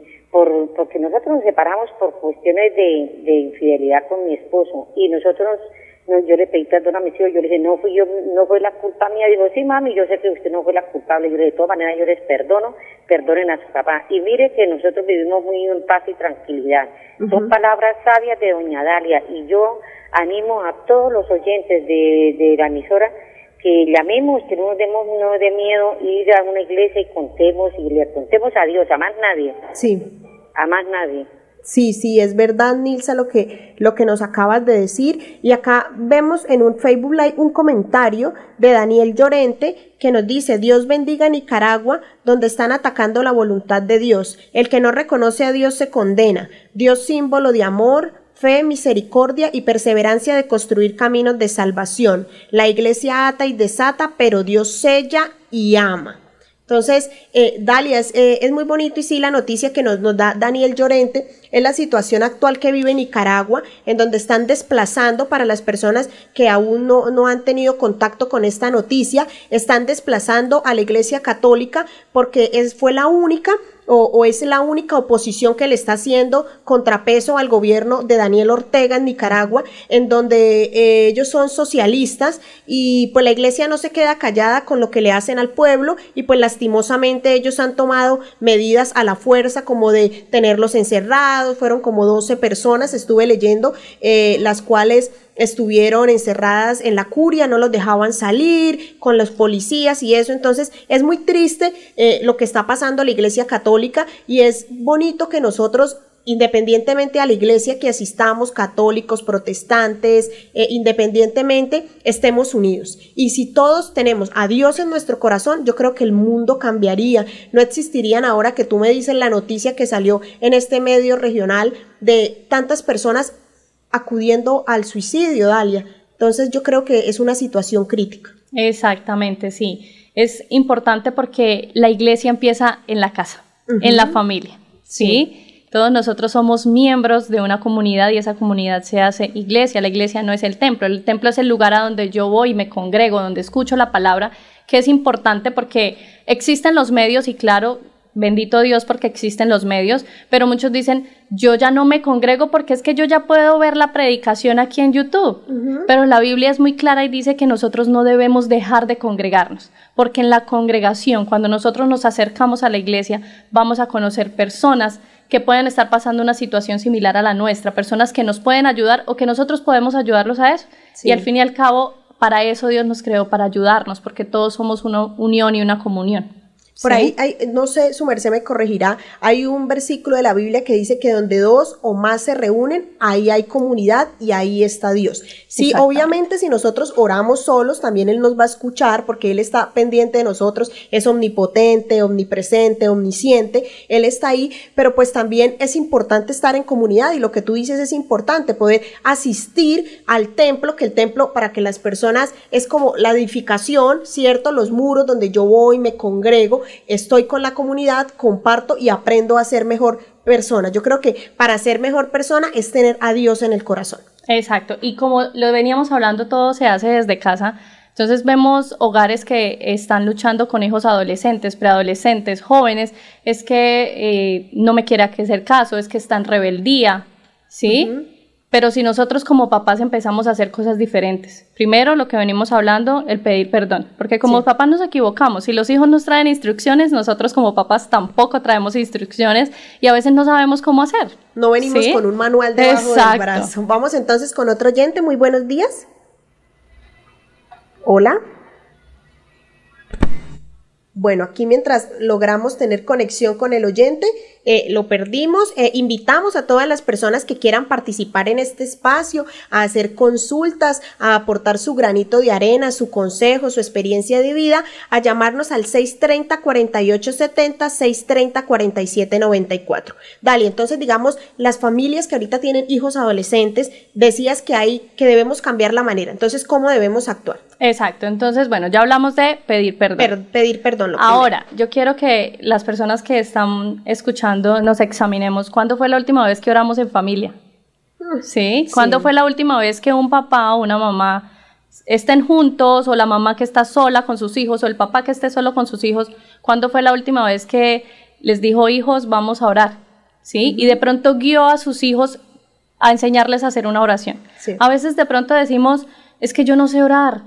por porque nosotros nos separamos por cuestiones de, de infidelidad con mi esposo, y nosotros No, yo le pedí perdón a mis hijos, yo le dije, no fui yo, no fue la culpa mía. Digo, sí, mami, yo sé que usted no fue la culpable. Yo le dije, de todas maneras, yo les perdono, perdonen a su papá. Y mire que nosotros vivimos muy en paz y tranquilidad. Uh-huh. Son palabras sabias de doña Dalia, y yo animo a todos los oyentes de, de la emisora que llamemos, que no nos demos no de miedo ir a una iglesia y contemos, y le contemos a Dios, a más nadie. Sí. A más nadie. Sí, sí, es verdad, Nilsa, lo que, lo que nos acabas de decir. Y acá vemos en un Facebook Live un comentario de Daniel Llorente que nos dice: Dios bendiga Nicaragua, donde están atacando la voluntad de Dios. El que no reconoce a Dios se condena. Dios, símbolo de amor, fe, misericordia y perseverancia de construir caminos de salvación. La iglesia ata y desata, pero Dios sella y ama. Entonces, eh, Dalia, es, eh, es muy bonito, y sí, la noticia que nos, nos da Daniel Llorente es la situación actual que vive Nicaragua, en donde están desplazando, para las personas que aún no, no han tenido contacto con esta noticia, están desplazando a la Iglesia Católica porque es, fue la única O, o es la única oposición que le está haciendo contrapeso al gobierno de Daniel Ortega en Nicaragua, en donde eh, ellos son socialistas, y pues la iglesia no se queda callada con lo que le hacen al pueblo, y pues lastimosamente ellos han tomado medidas a la fuerza, como de tenerlos encerrados. Fueron como doce personas, estuve leyendo, eh, las cuales estuvieron encerradas en la curia, no los dejaban salir, con los policías y eso. Entonces es muy triste eh, lo que está pasando a la Iglesia Católica, y es bonito que nosotros, independientemente a la iglesia que asistamos, católicos, protestantes, eh, independientemente, estemos unidos. Y si todos tenemos a Dios en nuestro corazón, yo creo que el mundo cambiaría. No existirían, ahora que tú me dices la noticia que salió en este medio regional de tantas personas acudiendo al suicidio, Dalia. Entonces yo creo que es una situación crítica. Exactamente, sí. Es importante porque la iglesia empieza en la casa, uh-huh. en la familia, ¿sí? ¿sí? Todos nosotros somos miembros de una comunidad, y esa comunidad se hace iglesia. La iglesia no es el templo, el templo es el lugar a donde yo voy y me congrego, donde escucho la palabra, que es importante porque existen los medios, y claro, bendito Dios porque existen los medios, pero muchos dicen, yo ya no me congrego porque es que yo ya puedo ver la predicación aquí en YouTube, uh-huh. Pero la Biblia es muy clara y dice que nosotros no debemos dejar de congregarnos, porque en la congregación, cuando nosotros nos acercamos a la iglesia, vamos a conocer personas que pueden estar pasando una situación similar a la nuestra, personas que nos pueden ayudar o que nosotros podemos ayudarlos a eso, sí. Y al fin y al cabo, para eso Dios nos creó, para ayudarnos, porque todos somos una unión y una comunión. Por ¿Sí? ahí, hay, no sé, su merced me corregirá, hay un versículo de la Biblia que dice que donde dos o más se reúnen, ahí hay comunidad y ahí está Dios. Sí, obviamente si nosotros oramos solos, también Él nos va a escuchar porque Él está pendiente de nosotros, es omnipotente, omnipresente, omnisciente, Él está ahí, pero pues también es importante estar en comunidad y lo que tú dices es importante, poder asistir al templo, que el templo para que las personas es como la edificación, ¿cierto? Los muros donde yo voy, me congrego, estoy con la comunidad, comparto y aprendo a ser mejor persona. Yo creo que para ser mejor persona es tener a Dios en el corazón. Exacto, y como lo veníamos hablando, todo se hace desde casa. Entonces vemos hogares que están luchando con hijos adolescentes, preadolescentes, jóvenes, es que eh, no me quiere hacer caso, es que está en rebeldía, ¿sí? Uh-huh. Pero si nosotros como papás empezamos a hacer cosas diferentes, primero lo que venimos hablando, el pedir perdón, porque como sí. papás nos equivocamos, si los hijos nos traen instrucciones, nosotros como papás tampoco traemos instrucciones y a veces no sabemos cómo hacer. No venimos ¿sí? con un manual debajo Exacto. del brazo. Vamos entonces con otro oyente, muy buenos días. Hola. Bueno, aquí mientras logramos tener conexión con el oyente, eh, lo perdimos. Eh, invitamos a todas las personas que quieran participar en este espacio, a hacer consultas, a aportar su granito de arena, su consejo, su experiencia de vida, a llamarnos al seis treinta, cuarenta y ocho setenta, seis treinta, cuarenta y siete noventa y cuatro. Dale, entonces digamos, las familias que ahorita tienen hijos adolescentes, decías que hay, que debemos cambiar la manera. Entonces, ¿cómo debemos actuar? Exacto, entonces, bueno, ya hablamos de pedir perdón. Per, pedir perdón. Ahora, yo quiero que las personas que están escuchando nos examinemos. ¿Cuándo fue la última vez que oramos en familia? ¿Sí? ¿Cuándo sí. fue la última vez que un papá o una mamá estén juntos, o la mamá que está sola con sus hijos, o el papá que esté solo con sus hijos? ¿Cuándo fue la última vez que les dijo, hijos, vamos a orar? ¿Sí? Uh-huh. Y de pronto guió a sus hijos a enseñarles a hacer una oración. Sí. A veces de pronto decimos, es que yo no sé orar.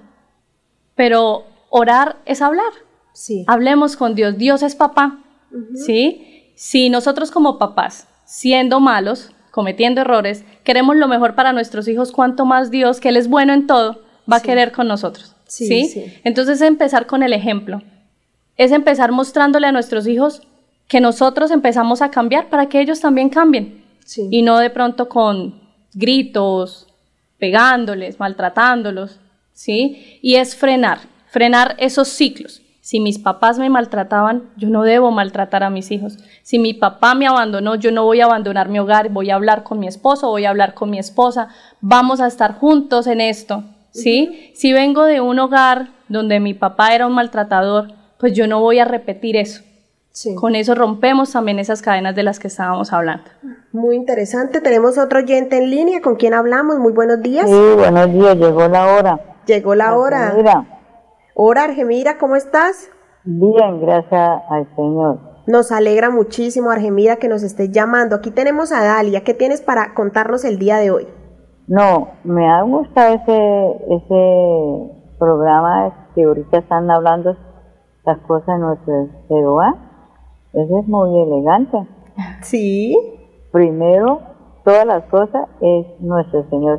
Pero orar es hablar. Sí. Hablemos con Dios. Dios es papá. Uh-huh. ¿Sí? Si nosotros como papás, siendo malos, cometiendo errores, queremos lo mejor para nuestros hijos, cuánto más Dios, que Él es bueno en todo, va sí. a querer con nosotros. Sí, ¿sí? Sí. Entonces es empezar con el ejemplo. Es empezar mostrándole a nuestros hijos que nosotros empezamos a cambiar para que ellos también cambien. Sí. Y no de pronto con gritos, pegándoles, maltratándolos. ¿Sí? Y es frenar, frenar esos ciclos. Si mis papás me maltrataban, yo no debo maltratar a mis hijos. Si mi papá me abandonó, yo no voy a abandonar mi hogar, voy a hablar con mi esposo, voy a hablar con mi esposa, vamos a estar juntos en esto, ¿sí? Uh-huh. Si vengo de un hogar donde mi papá era un maltratador, pues yo no voy a repetir eso. Sí. Con eso rompemos también esas cadenas de las que estábamos hablando. Muy interesante. Tenemos otro oyente en línea. ¿Con quién hablamos? Muy buenos días. Sí, buenos días. Llegó la hora. Llegó la hora. Argemira. Hola, Argemira, ¿cómo estás? Bien, gracias al Señor. Nos alegra muchísimo, Argemira, que nos estés llamando. Aquí tenemos a Dalia. ¿Qué tienes para contarnos el día de hoy? No, me ha gustado ese, ese programa que ahorita están hablando las cosas de nuestro Jehová. Ese es muy elegante. Sí. Primero, todas las cosas es nuestro Señor.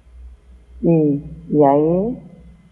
Y, y ahí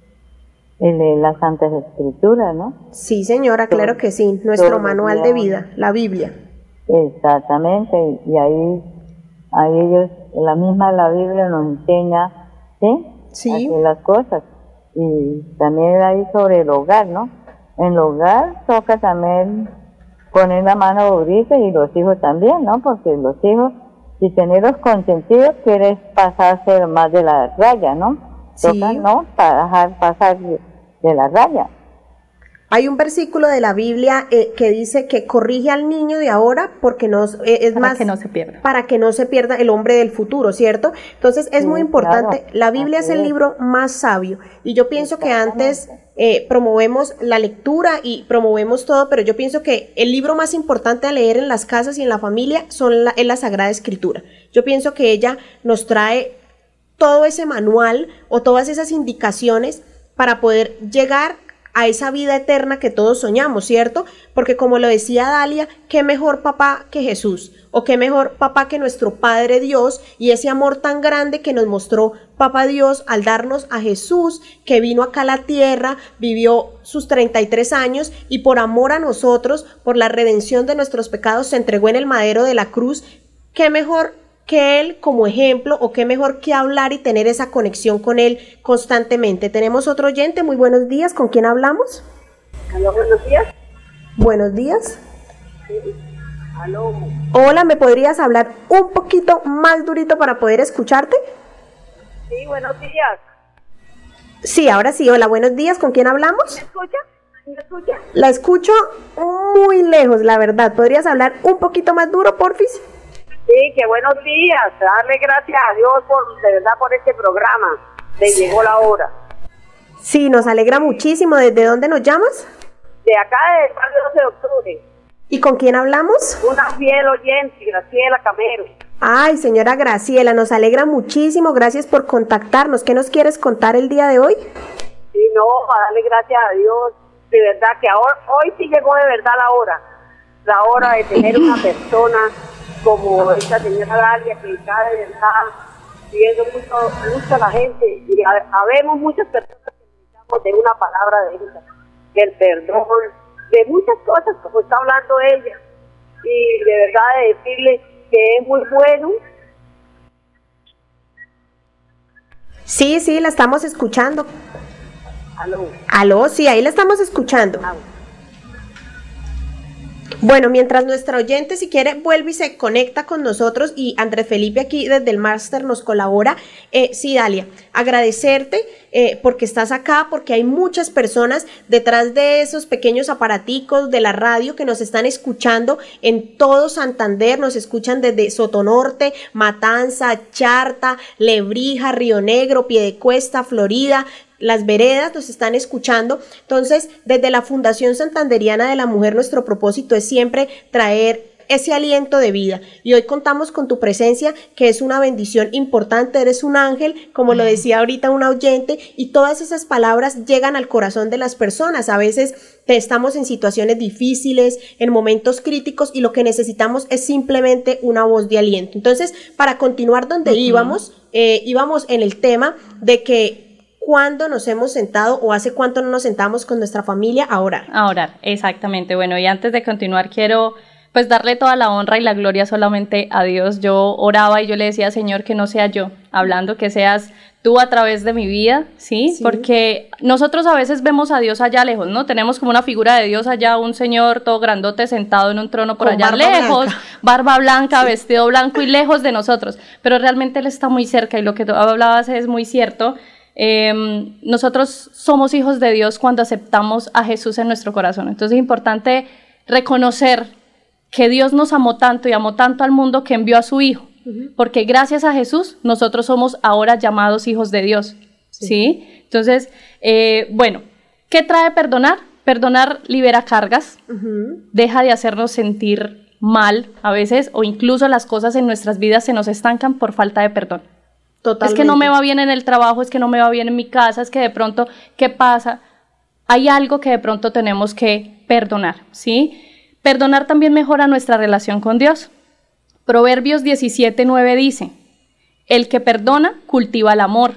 el, las Santas Escrituras, ¿no? Sí, señora, claro todo, que sí. Nuestro manual de vida, la Biblia. Exactamente. Y ahí, ahí ellos, la misma la Biblia nos enseña, ¿sí? Sí. Hacer las cosas. Y también ahí sobre el hogar, ¿no? En el hogar toca también poner la mano obrita y los hijos también, ¿no? Porque los hijos, si tenerlos consentidos, quieres pasarse más de la raya, ¿no? Sí. Toca, ¿no? Para dejar pasar de, de la raya. Hay un versículo de la Biblia eh, que dice que corrige al niño de ahora porque no eh, es para más que no se pierda. Para que no se pierda el hombre del futuro, ¿cierto? Entonces es sí, muy importante. Claro. La Biblia Así es el libro más sabio y yo pienso que antes eh, promovemos la lectura y promovemos todo, pero yo pienso que el libro más importante a leer en las casas y en la familia son la, es la Sagrada Escritura. Yo pienso que ella nos trae todo ese manual o todas esas indicaciones para poder llegar a esa vida eterna que todos soñamos, ¿cierto? Porque como lo decía Dalia, qué mejor papá que Jesús, o qué mejor papá que nuestro Padre Dios, y ese amor tan grande que nos mostró Papá Dios al darnos a Jesús, que vino acá a la tierra, vivió sus treinta y tres años, y por amor a nosotros, por la redención de nuestros pecados, se entregó en el madero de la cruz. Qué mejor que él como ejemplo, o qué mejor que hablar y tener esa conexión con él constantemente. Tenemos otro oyente. Muy buenos días, ¿con quién hablamos? Aló, buenos días. Buenos días. Sí. Aló. Hola, ¿me podrías hablar un poquito más durito para poder escucharte? Sí, buenos días. Sí, ahora sí. Hola, buenos días, ¿con quién hablamos? ¿Me escucha? ¿Me escucha? La escucho muy lejos, la verdad. ¿Podrías hablar un poquito más duro, porfis? Sí, que buenos días, darle gracias a Dios por, de verdad, por este programa, le llegó la hora. Sí, nos alegra muchísimo. ¿Desde dónde nos llamas? De acá, del barrio doce de octubre. ¿Y con quién hablamos? Una fiel oyente, Graciela Camero. Ay, señora Graciela, nos alegra muchísimo, gracias por contactarnos. ¿Qué nos quieres contar el día de hoy? Sí, no, a darle gracias a Dios, de verdad que ahora, hoy sí llegó de verdad la hora, la hora de tener una persona como esta señora Dalia, que está de verdad pidiendo mucho, mucho a la gente, y habemos muchas personas que necesitamos de una palabra de ella, del perdón, de muchas cosas como está hablando ella, y de verdad de decirle que es muy bueno. Sí, sí, la estamos escuchando. Aló. Aló, sí, ahí la estamos escuchando. Ah. Bueno, mientras nuestra oyente, si quiere, vuelve y se conecta con nosotros, y Andrés Felipe aquí desde el máster nos colabora. Eh, sí, Dalia, agradecerte eh, porque estás acá, porque hay muchas personas detrás de esos pequeños aparaticos de la radio que nos están escuchando en todo Santander, nos escuchan desde Sotonorte, Matanza, Charta, Lebrija, Río Negro, Piedecuesta, Florida, Las Veredas, nos están escuchando. Entonces, desde la Fundación Santanderiana de la Mujer, nuestro propósito es siempre traer ese aliento de vida, y hoy contamos con tu presencia, que es una bendición importante. Eres un ángel, como lo decía ahorita una oyente, y todas esas palabras llegan al corazón de las personas. A veces estamos en situaciones difíciles, en momentos críticos, y lo que necesitamos es simplemente una voz de aliento. Entonces, para continuar donde uh-huh. íbamos, eh, íbamos en el tema de que ¿cuándo nos hemos sentado, o hace cuánto no nos sentamos con nuestra familia a orar? A orar, exactamente. Bueno, y antes de continuar quiero pues darle toda la honra y la gloria solamente a Dios. Yo oraba y yo le decía, Señor, que no sea yo hablando, que seas tú a través de mi vida, ¿sí? ¿sí? Porque nosotros a veces vemos a Dios allá lejos, ¿no? Tenemos como una figura de Dios allá, un señor todo grandote sentado en un trono por Con allá lejos, blanca. barba blanca, sí. vestido blanco y lejos de nosotros, pero realmente Él está muy cerca, y lo que tú hablabas es muy cierto. Eh, nosotros somos hijos de Dios cuando aceptamos a Jesús en nuestro corazón. Entonces es importante reconocer que Dios nos amó tanto y amó tanto al mundo que envió a su Hijo, uh-huh. porque gracias a Jesús nosotros somos ahora llamados hijos de Dios, ¿sí? ¿sí? Entonces, eh, bueno, ¿qué trae perdonar? Perdonar libera cargas, uh-huh. deja de hacernos sentir mal a veces, o incluso las cosas en nuestras vidas se nos estancan por falta de perdón. Totalmente. Es que no me va bien en el trabajo, es que no me va bien en mi casa, es que de pronto, ¿qué pasa? Hay algo que de pronto tenemos que perdonar, ¿sí? Perdonar también mejora nuestra relación con Dios. Proverbios diecisiete nueve dice, el que perdona cultiva el amor,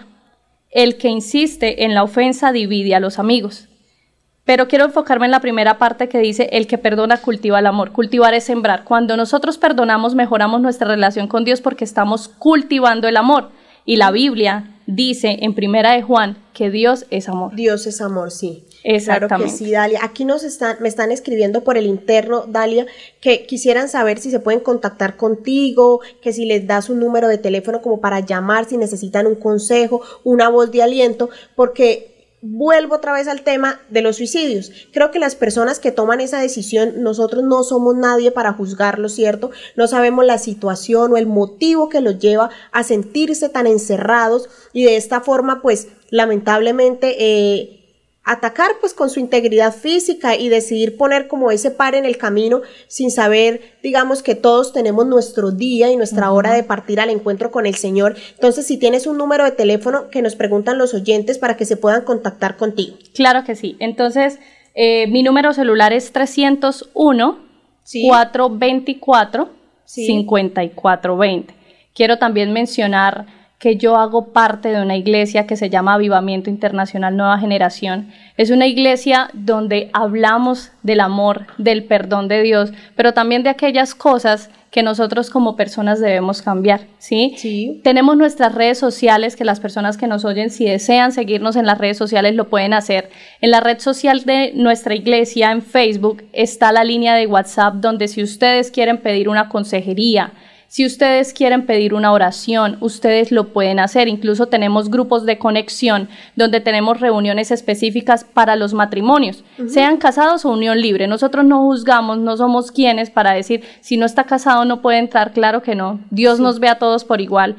el que insiste en la ofensa divide a los amigos. Pero quiero enfocarme en la primera parte que dice, el que perdona cultiva el amor. Cultivar es sembrar. Cuando nosotros perdonamos, mejoramos nuestra relación con Dios porque estamos cultivando el amor. Y la Biblia dice en Primera de Juan que Dios es amor. Dios es amor, sí. Exactamente. Claro que sí, Dalia. Aquí nos están, me están escribiendo por el interno, Dalia, que quisieran saber si se pueden contactar contigo, que si les das un número de teléfono como para llamar, si necesitan un consejo, una voz de aliento, porque vuelvo otra vez al tema de los suicidios. Creo que las personas que toman esa decisión, nosotros no somos nadie para juzgarlo, ¿cierto? No sabemos la situación o el motivo que los lleva a sentirse tan encerrados y de esta forma, pues, lamentablemente, eh, atacar pues con su integridad física y decidir poner como ese par en el camino sin saber, digamos, que todos tenemos nuestro día y nuestra uh-huh. hora de partir al encuentro con el Señor. Entonces, si tienes un número de teléfono que nos preguntan los oyentes para que se puedan contactar contigo. Claro que sí. Entonces, eh, mi número celular es trescientos uno, ¿sí? cuatrocientos veinticuatro, ¿sí? cincuenta y cuatro veinte. Quiero también mencionar que yo hago parte de una iglesia que se llama Avivamiento Internacional Nueva Generación. Es una iglesia donde hablamos del amor, del perdón de Dios, pero también de aquellas cosas que nosotros como personas debemos cambiar, ¿sí? Sí. Tenemos nuestras redes sociales, que las personas que nos oyen, si desean seguirnos en las redes sociales, lo pueden hacer. En la red social de nuestra iglesia, en Facebook, está la línea de WhatsApp, donde si ustedes quieren pedir una consejería, si ustedes quieren pedir una oración, ustedes lo pueden hacer. Incluso tenemos grupos de conexión donde tenemos reuniones específicas para los matrimonios, uh-huh. sean casados o unión libre. Nosotros no juzgamos, no somos quienes para decir si no está casado no puede entrar, claro que no. Dios sí. nos ve a todos por igual.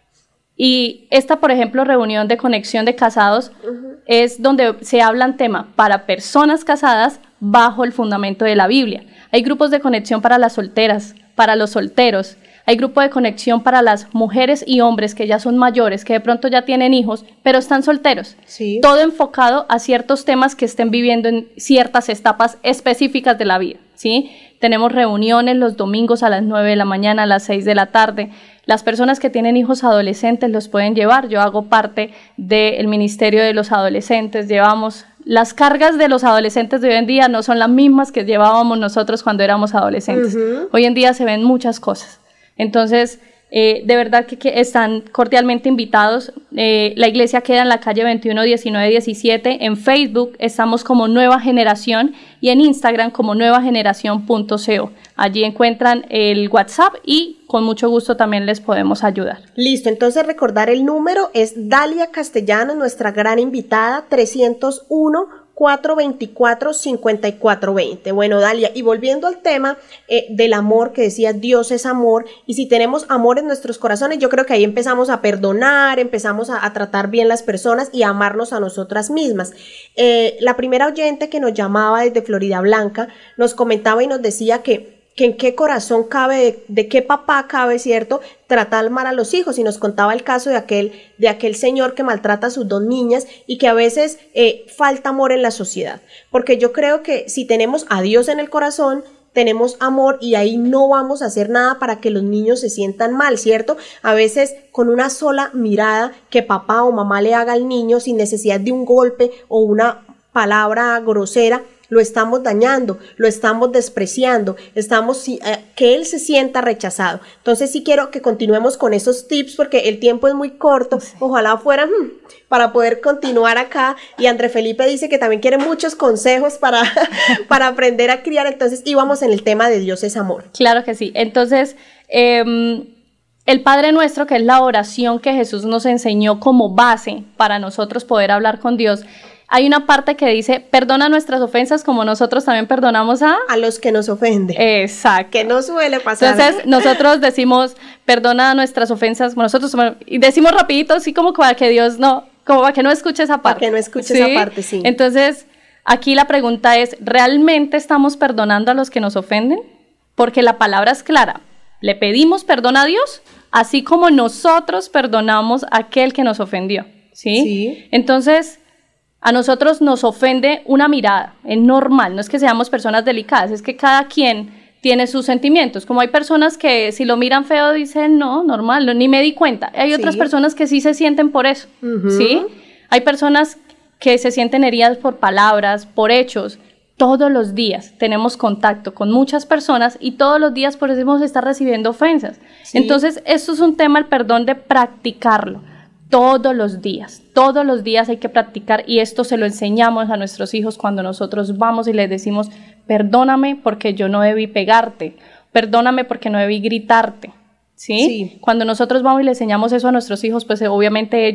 Y esta, por ejemplo, reunión de conexión de casados uh-huh. es donde se hablan tema para personas casadas bajo el fundamento de la Biblia. Hay grupos de conexión para las solteras, para los solteros. Hay grupo de conexión para las mujeres y hombres que ya son mayores, que de pronto ya tienen hijos, pero están solteros. Sí. Todo enfocado a ciertos temas que estén viviendo en ciertas etapas específicas de la vida, ¿sí? Tenemos reuniones los domingos a las nueve de la mañana, a las seis de la tarde. Las personas que tienen hijos adolescentes los pueden llevar. Yo hago parte del Ministerio de los Adolescentes. Llevamos las cargas de los adolescentes de hoy en día no son las mismas que llevábamos nosotros cuando éramos adolescentes. Uh-huh. Hoy en día se ven muchas cosas. Entonces, eh, de verdad que, que están cordialmente invitados. Eh, la iglesia queda en la calle veintiuno, diecinueve, diecisiete. En Facebook estamos como Nueva Generación y en Instagram como nueva generación punto co. Allí encuentran el WhatsApp y con mucho gusto también les podemos ayudar. Listo, entonces recordar el número es Dalia Castellanos, nuestra gran invitada, trescientos uno, cuatrocientos veinticuatro, cincuenta y cuatro veinte. Bueno, Dalia, y volviendo al tema eh, del amor, que decía Dios es amor, y si tenemos amor en nuestros corazones, yo creo que ahí empezamos a perdonar, empezamos a, a tratar bien las personas y a amarnos a nosotras mismas. Eh, la primera oyente que nos llamaba desde Florida Blanca nos comentaba y nos decía que que en qué corazón cabe, de, de qué papá cabe, ¿cierto?, tratar mal a los hijos, y nos contaba el caso de aquel, de aquel señor que maltrata a sus dos niñas y que a veces eh, falta amor en la sociedad, porque yo creo que si tenemos a Dios en el corazón, tenemos amor y ahí no vamos a hacer nada para que los niños se sientan mal, ¿cierto? A veces con una sola mirada que papá o mamá le haga al niño sin necesidad de un golpe o una palabra grosera, lo estamos dañando, lo estamos despreciando, estamos eh, que él se sienta rechazado. Entonces sí quiero que continuemos con esos tips porque el tiempo es muy corto, ojalá fuera hmm, para poder continuar acá, y André Felipe dice que también quiere muchos consejos para, para aprender a criar, entonces íbamos en el tema de Dios es amor. Claro que sí, entonces eh, el Padre Nuestro, que es la oración que Jesús nos enseñó como base para nosotros poder hablar con Dios, hay una parte que dice, perdona nuestras ofensas como nosotros también perdonamos a... A los que nos ofenden. Exacto. Que no suele pasar. Entonces, nosotros decimos, perdona nuestras ofensas, nosotros y decimos rapidito, así como para que Dios no, como para que no escuche esa parte. Para que no escuche ¿sí? esa parte, sí. Entonces, aquí la pregunta es, ¿realmente estamos perdonando a los que nos ofenden? Porque la palabra es clara. Le pedimos perdón a Dios, así como nosotros perdonamos a aquel que nos ofendió. ¿Sí? Sí. Entonces... a nosotros nos ofende una mirada, es normal, no es que seamos personas delicadas, es que cada quien tiene sus sentimientos, como hay personas que si lo miran feo dicen, no, normal, no, ni me di cuenta, hay sí. otras personas que sí se sienten por eso, uh-huh. ¿sí? Hay personas que se sienten heridas por palabras, por hechos. Todos los días tenemos contacto con muchas personas y todos los días por eso hemos estar recibiendo ofensas. Sí. Entonces, esto es un tema, el perdón, de practicarlo. Todos los días, todos los días hay que practicar, y esto se lo enseñamos a nuestros hijos cuando nosotros vamos y les decimos, perdóname porque yo no debí pegarte, perdóname porque no debí gritarte, ¿sí? Sí. Cuando nosotros vamos y le enseñamos eso a nuestros hijos, pues obviamente ellos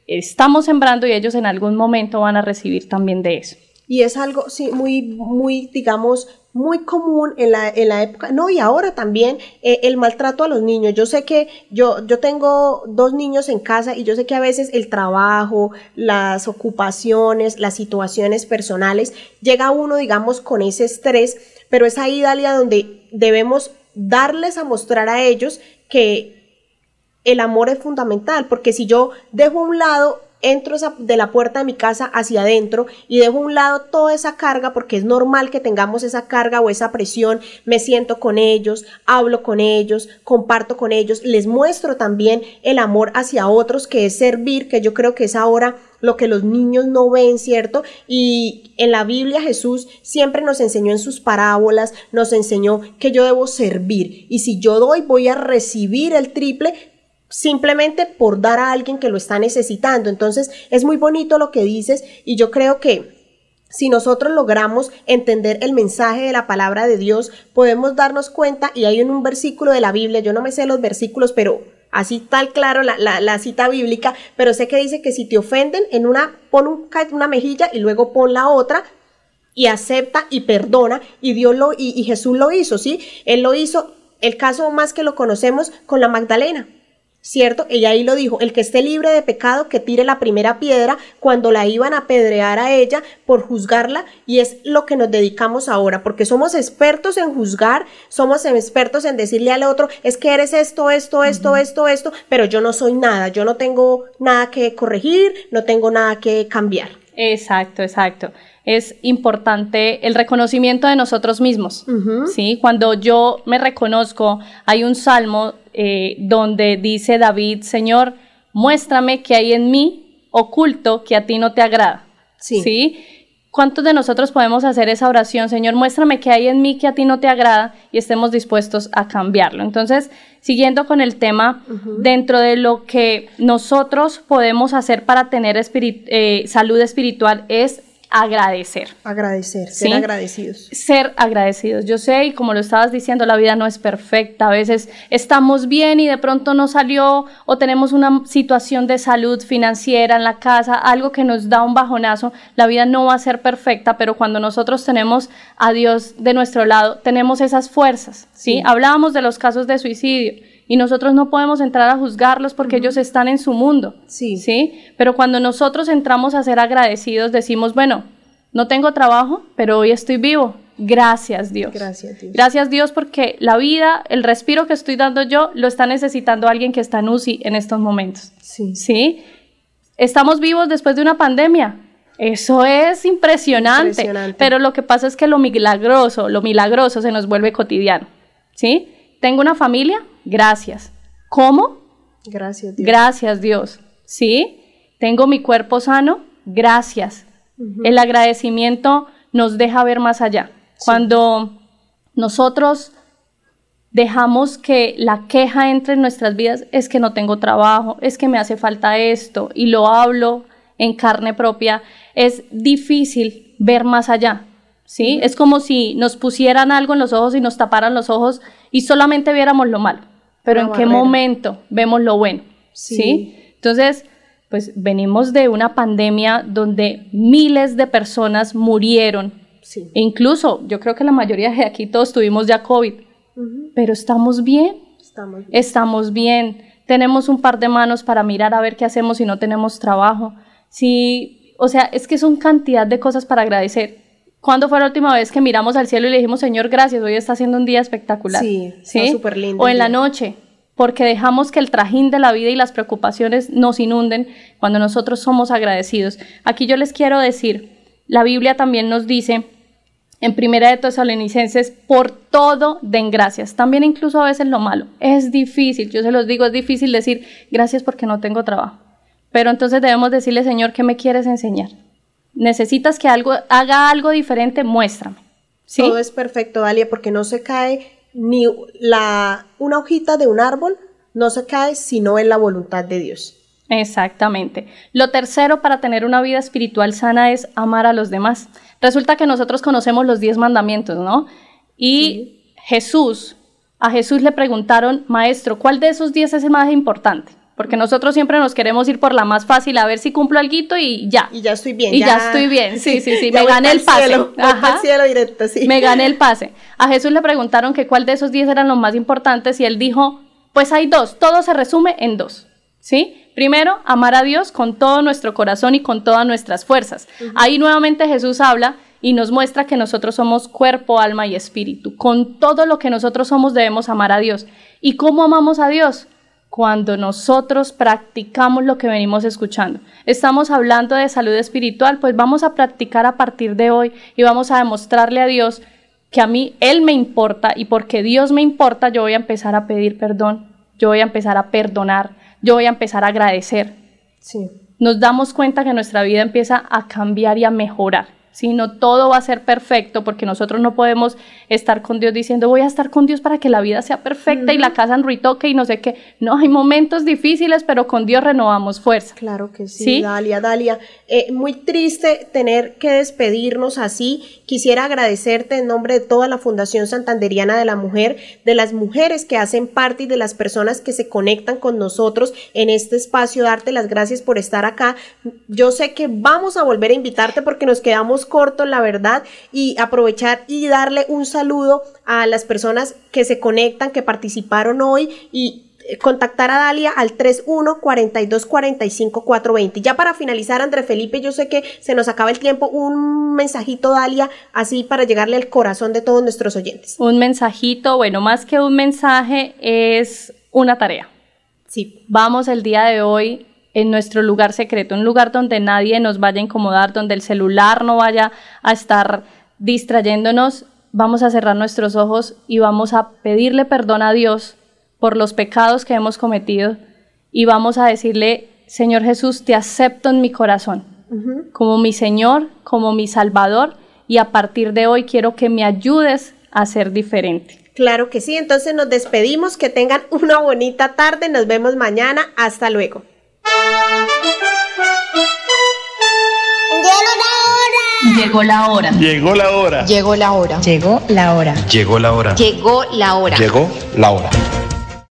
estamos sembrando y ellos en algún momento van a recibir también de eso. Y es algo, sí, muy, muy, digamos, muy común en la, en la época, no, y ahora también eh, el maltrato a los niños. Yo sé que yo, yo tengo dos niños en casa y yo sé que a veces el trabajo, las ocupaciones, las situaciones personales, llega uno, digamos, con ese estrés, pero es ahí, Dalia, donde debemos darles a mostrar a ellos que el amor es fundamental, porque si yo dejo a un lado, entro de la puerta de mi casa hacia adentro y dejo a un lado toda esa carga, porque es normal que tengamos esa carga o esa presión, me siento con ellos, hablo con ellos, comparto con ellos, les muestro también el amor hacia otros, que es servir, que yo creo que es ahora lo que los niños no ven, ¿cierto? Y en la Biblia Jesús siempre nos enseñó en sus parábolas, nos enseñó que yo debo servir, y si yo doy voy a recibir el triple, simplemente por dar a alguien que lo está necesitando. Entonces es muy bonito lo que dices, y yo creo que si nosotros logramos entender el mensaje de la palabra de Dios, podemos darnos cuenta, y hay en un versículo de la Biblia, yo no me sé los versículos, pero así tal claro la, la, la cita bíblica, pero sé que dice que si te ofenden, en una, pon un, una mejilla y luego pon la otra, y acepta y perdona, y Dios lo, y, y Jesús lo hizo, ¿sí? Él lo hizo, el caso más que lo conocemos con la Magdalena, ¿cierto? Ella ahí lo dijo, el que esté libre de pecado que tire la primera piedra, cuando la iban a apedrear a ella por juzgarla, y es lo que nos dedicamos ahora, porque somos expertos en juzgar, somos expertos en decirle al otro, es que eres esto, esto, esto, uh-huh. esto, esto, pero yo no soy nada, yo no tengo nada que corregir, no tengo nada que cambiar. Exacto, exacto. Es importante el reconocimiento de nosotros mismos, uh-huh. ¿sí? Cuando yo me reconozco, hay un salmo eh, donde dice David, Señor, muéstrame qué hay en mí oculto que a ti no te agrada, sí. ¿sí? ¿Cuántos de nosotros podemos hacer esa oración? Señor, muéstrame qué hay en mí que a ti no te agrada, y estemos dispuestos a cambiarlo. Entonces, siguiendo con el tema, uh-huh. dentro de lo que nosotros podemos hacer para tener espirit- eh, salud espiritual es agradecer. Agradecer, ser ¿sí? agradecidos. Ser agradecidos. Yo sé, y como lo estabas diciendo, la vida no es perfecta. A veces estamos bien y de pronto no salió, o tenemos una situación de salud financiera en la casa, algo que nos da un bajonazo. La vida no va a ser perfecta, pero cuando nosotros tenemos a Dios de nuestro lado, tenemos esas fuerzas, ¿sí? Sí. Hablábamos de los casos de suicidio, y nosotros no podemos entrar a juzgarlos porque uh-huh. ellos están en su mundo, sí. ¿sí? Pero cuando nosotros entramos a ser agradecidos, decimos, bueno, no tengo trabajo, pero hoy estoy vivo. Gracias, Dios. Gracias, Dios. Gracias, Dios, porque la vida, el respiro que estoy dando yo, lo está necesitando alguien que está en U C I en estos momentos. Sí. ¿Sí? Estamos vivos después de una pandemia. Eso es impresionante. Impresionante. Pero lo que pasa es que lo milagroso, lo milagroso se nos vuelve cotidiano. ¿Sí? Tengo una familia, gracias. ¿Cómo? Gracias, Dios. Gracias, Dios. ¿Sí? Tengo mi cuerpo sano, gracias. Uh-huh. El agradecimiento nos deja ver más allá. Sí. Cuando nosotros dejamos que la queja entre en nuestras vidas, es que no tengo trabajo, es que me hace falta esto, y lo hablo en carne propia, es difícil ver más allá. ¿Sí? Uh-huh. Es como si nos pusieran algo en los ojos y nos taparan los ojos y solamente viéramos lo malo, pero Una ¿en barrera. Qué momento vemos lo bueno? Sí. ¿Sí? Entonces, pues venimos de una pandemia donde miles de personas murieron, sí. e incluso yo creo que la mayoría de aquí todos tuvimos ya COVID, uh-huh. pero estamos bien, estamos bien, estamos bien, tenemos un par de manos para mirar a ver qué hacemos si no tenemos trabajo, sí, o sea, es que son cantidad de cosas para agradecer. ¿Cuándo fue la última vez que miramos al cielo y le dijimos, Señor, gracias, hoy está haciendo un día espectacular? Sí, ¿sí? Está súper lindo. O en la noche, porque dejamos que el trajín de la vida y las preocupaciones nos inunden cuando nosotros somos agradecidos. Aquí yo les quiero decir, la Biblia también nos dice, en Primera de Tesalonicenses, por todo den gracias, también incluso a veces lo malo. Es difícil, yo se los digo, es difícil decir, gracias porque no tengo trabajo. Pero entonces debemos decirle, Señor, ¿qué me quieres enseñar? Necesitas que algo, haga algo diferente, muéstrame. ¿Sí? Todo es perfecto, Dalia, porque no se cae ni la, una hojita de un árbol, no se cae sino en la voluntad de Dios. Exactamente. Lo tercero para tener una vida espiritual sana es amar a los demás. Resulta que nosotros conocemos los diez mandamientos, ¿no? Y sí. Jesús, a Jesús le preguntaron, maestro, ¿cuál de esos diez es el más importante? porque nosotros siempre nos queremos ir por la más fácil, a ver si cumplo alguito y ya. Y ya estoy bien. Y ya, ya estoy bien, sí, sí, sí, me voy gané pa'l el pase. Cielo, voy pa'l cielo directo, sí. Me gané el pase. A Jesús le preguntaron que cuál de esos diez eran los más importantes y él dijo, pues hay dos, todo se resume en dos, ¿sí? Primero, amar a Dios con todo nuestro corazón y con todas nuestras fuerzas. Uh-huh. Ahí nuevamente Jesús habla y nos muestra que nosotros somos cuerpo, alma y espíritu. Con todo lo que nosotros somos debemos amar a Dios. ¿Y cómo amamos a Dios? Cuando nosotros practicamos lo que venimos escuchando. Estamos hablando de salud espiritual, pues vamos a practicar a partir de hoy y vamos a demostrarle a Dios que a mí Él me importa y porque Dios me importa yo voy a empezar a pedir perdón, yo voy a empezar a perdonar, yo voy a empezar a agradecer. Sí. Nos damos cuenta que nuestra vida empieza a cambiar y a mejorar. Si no todo va a ser perfecto, porque nosotros no podemos estar con Dios diciendo voy a estar con Dios para que la vida sea perfecta uh-huh. y la casa en ruitoque y no sé qué. No, hay momentos difíciles, pero con Dios renovamos fuerza. Claro que sí, ¿Sí? Dalia, Dalia. Eh, muy triste tener que despedirnos así. Quisiera agradecerte en nombre de toda la Fundación Santanderiana de la Mujer, de las mujeres que hacen parte y de las personas que se conectan con nosotros en este espacio, darte las gracias por estar acá. Yo sé que vamos a volver a invitarte porque nos quedamos cortos, la verdad, y aprovechar y darle un saludo a las personas que se conectan, que participaron hoy y contactar a Dalia al tres uno, cuatro dos, cuatro cinco, cuatro dos cero. Ya para finalizar, Andrés Felipe, yo sé que se nos acaba el tiempo, un mensajito, Dalia, así para llegarle al corazón de todos nuestros oyentes. Un mensajito, bueno, más que un mensaje, es una tarea. Sí. Vamos el día de hoy en nuestro lugar secreto, un lugar donde nadie nos vaya a incomodar, donde el celular no vaya a estar distrayéndonos. Vamos a cerrar nuestros ojos y vamos a pedirle perdón a Dios por los pecados que hemos cometido y vamos a decirle, Señor Jesús, te acepto en mi corazón uh-huh. como mi Señor, como mi Salvador y a partir de hoy quiero que me ayudes a ser diferente. Claro que sí, entonces nos despedimos, que tengan una bonita tarde, nos vemos mañana, hasta luego. Llegó la hora. Llegó la hora. Llegó la hora. Llegó la hora. Llegó la hora. Llegó la hora. Llegó la hora. Llegó la hora.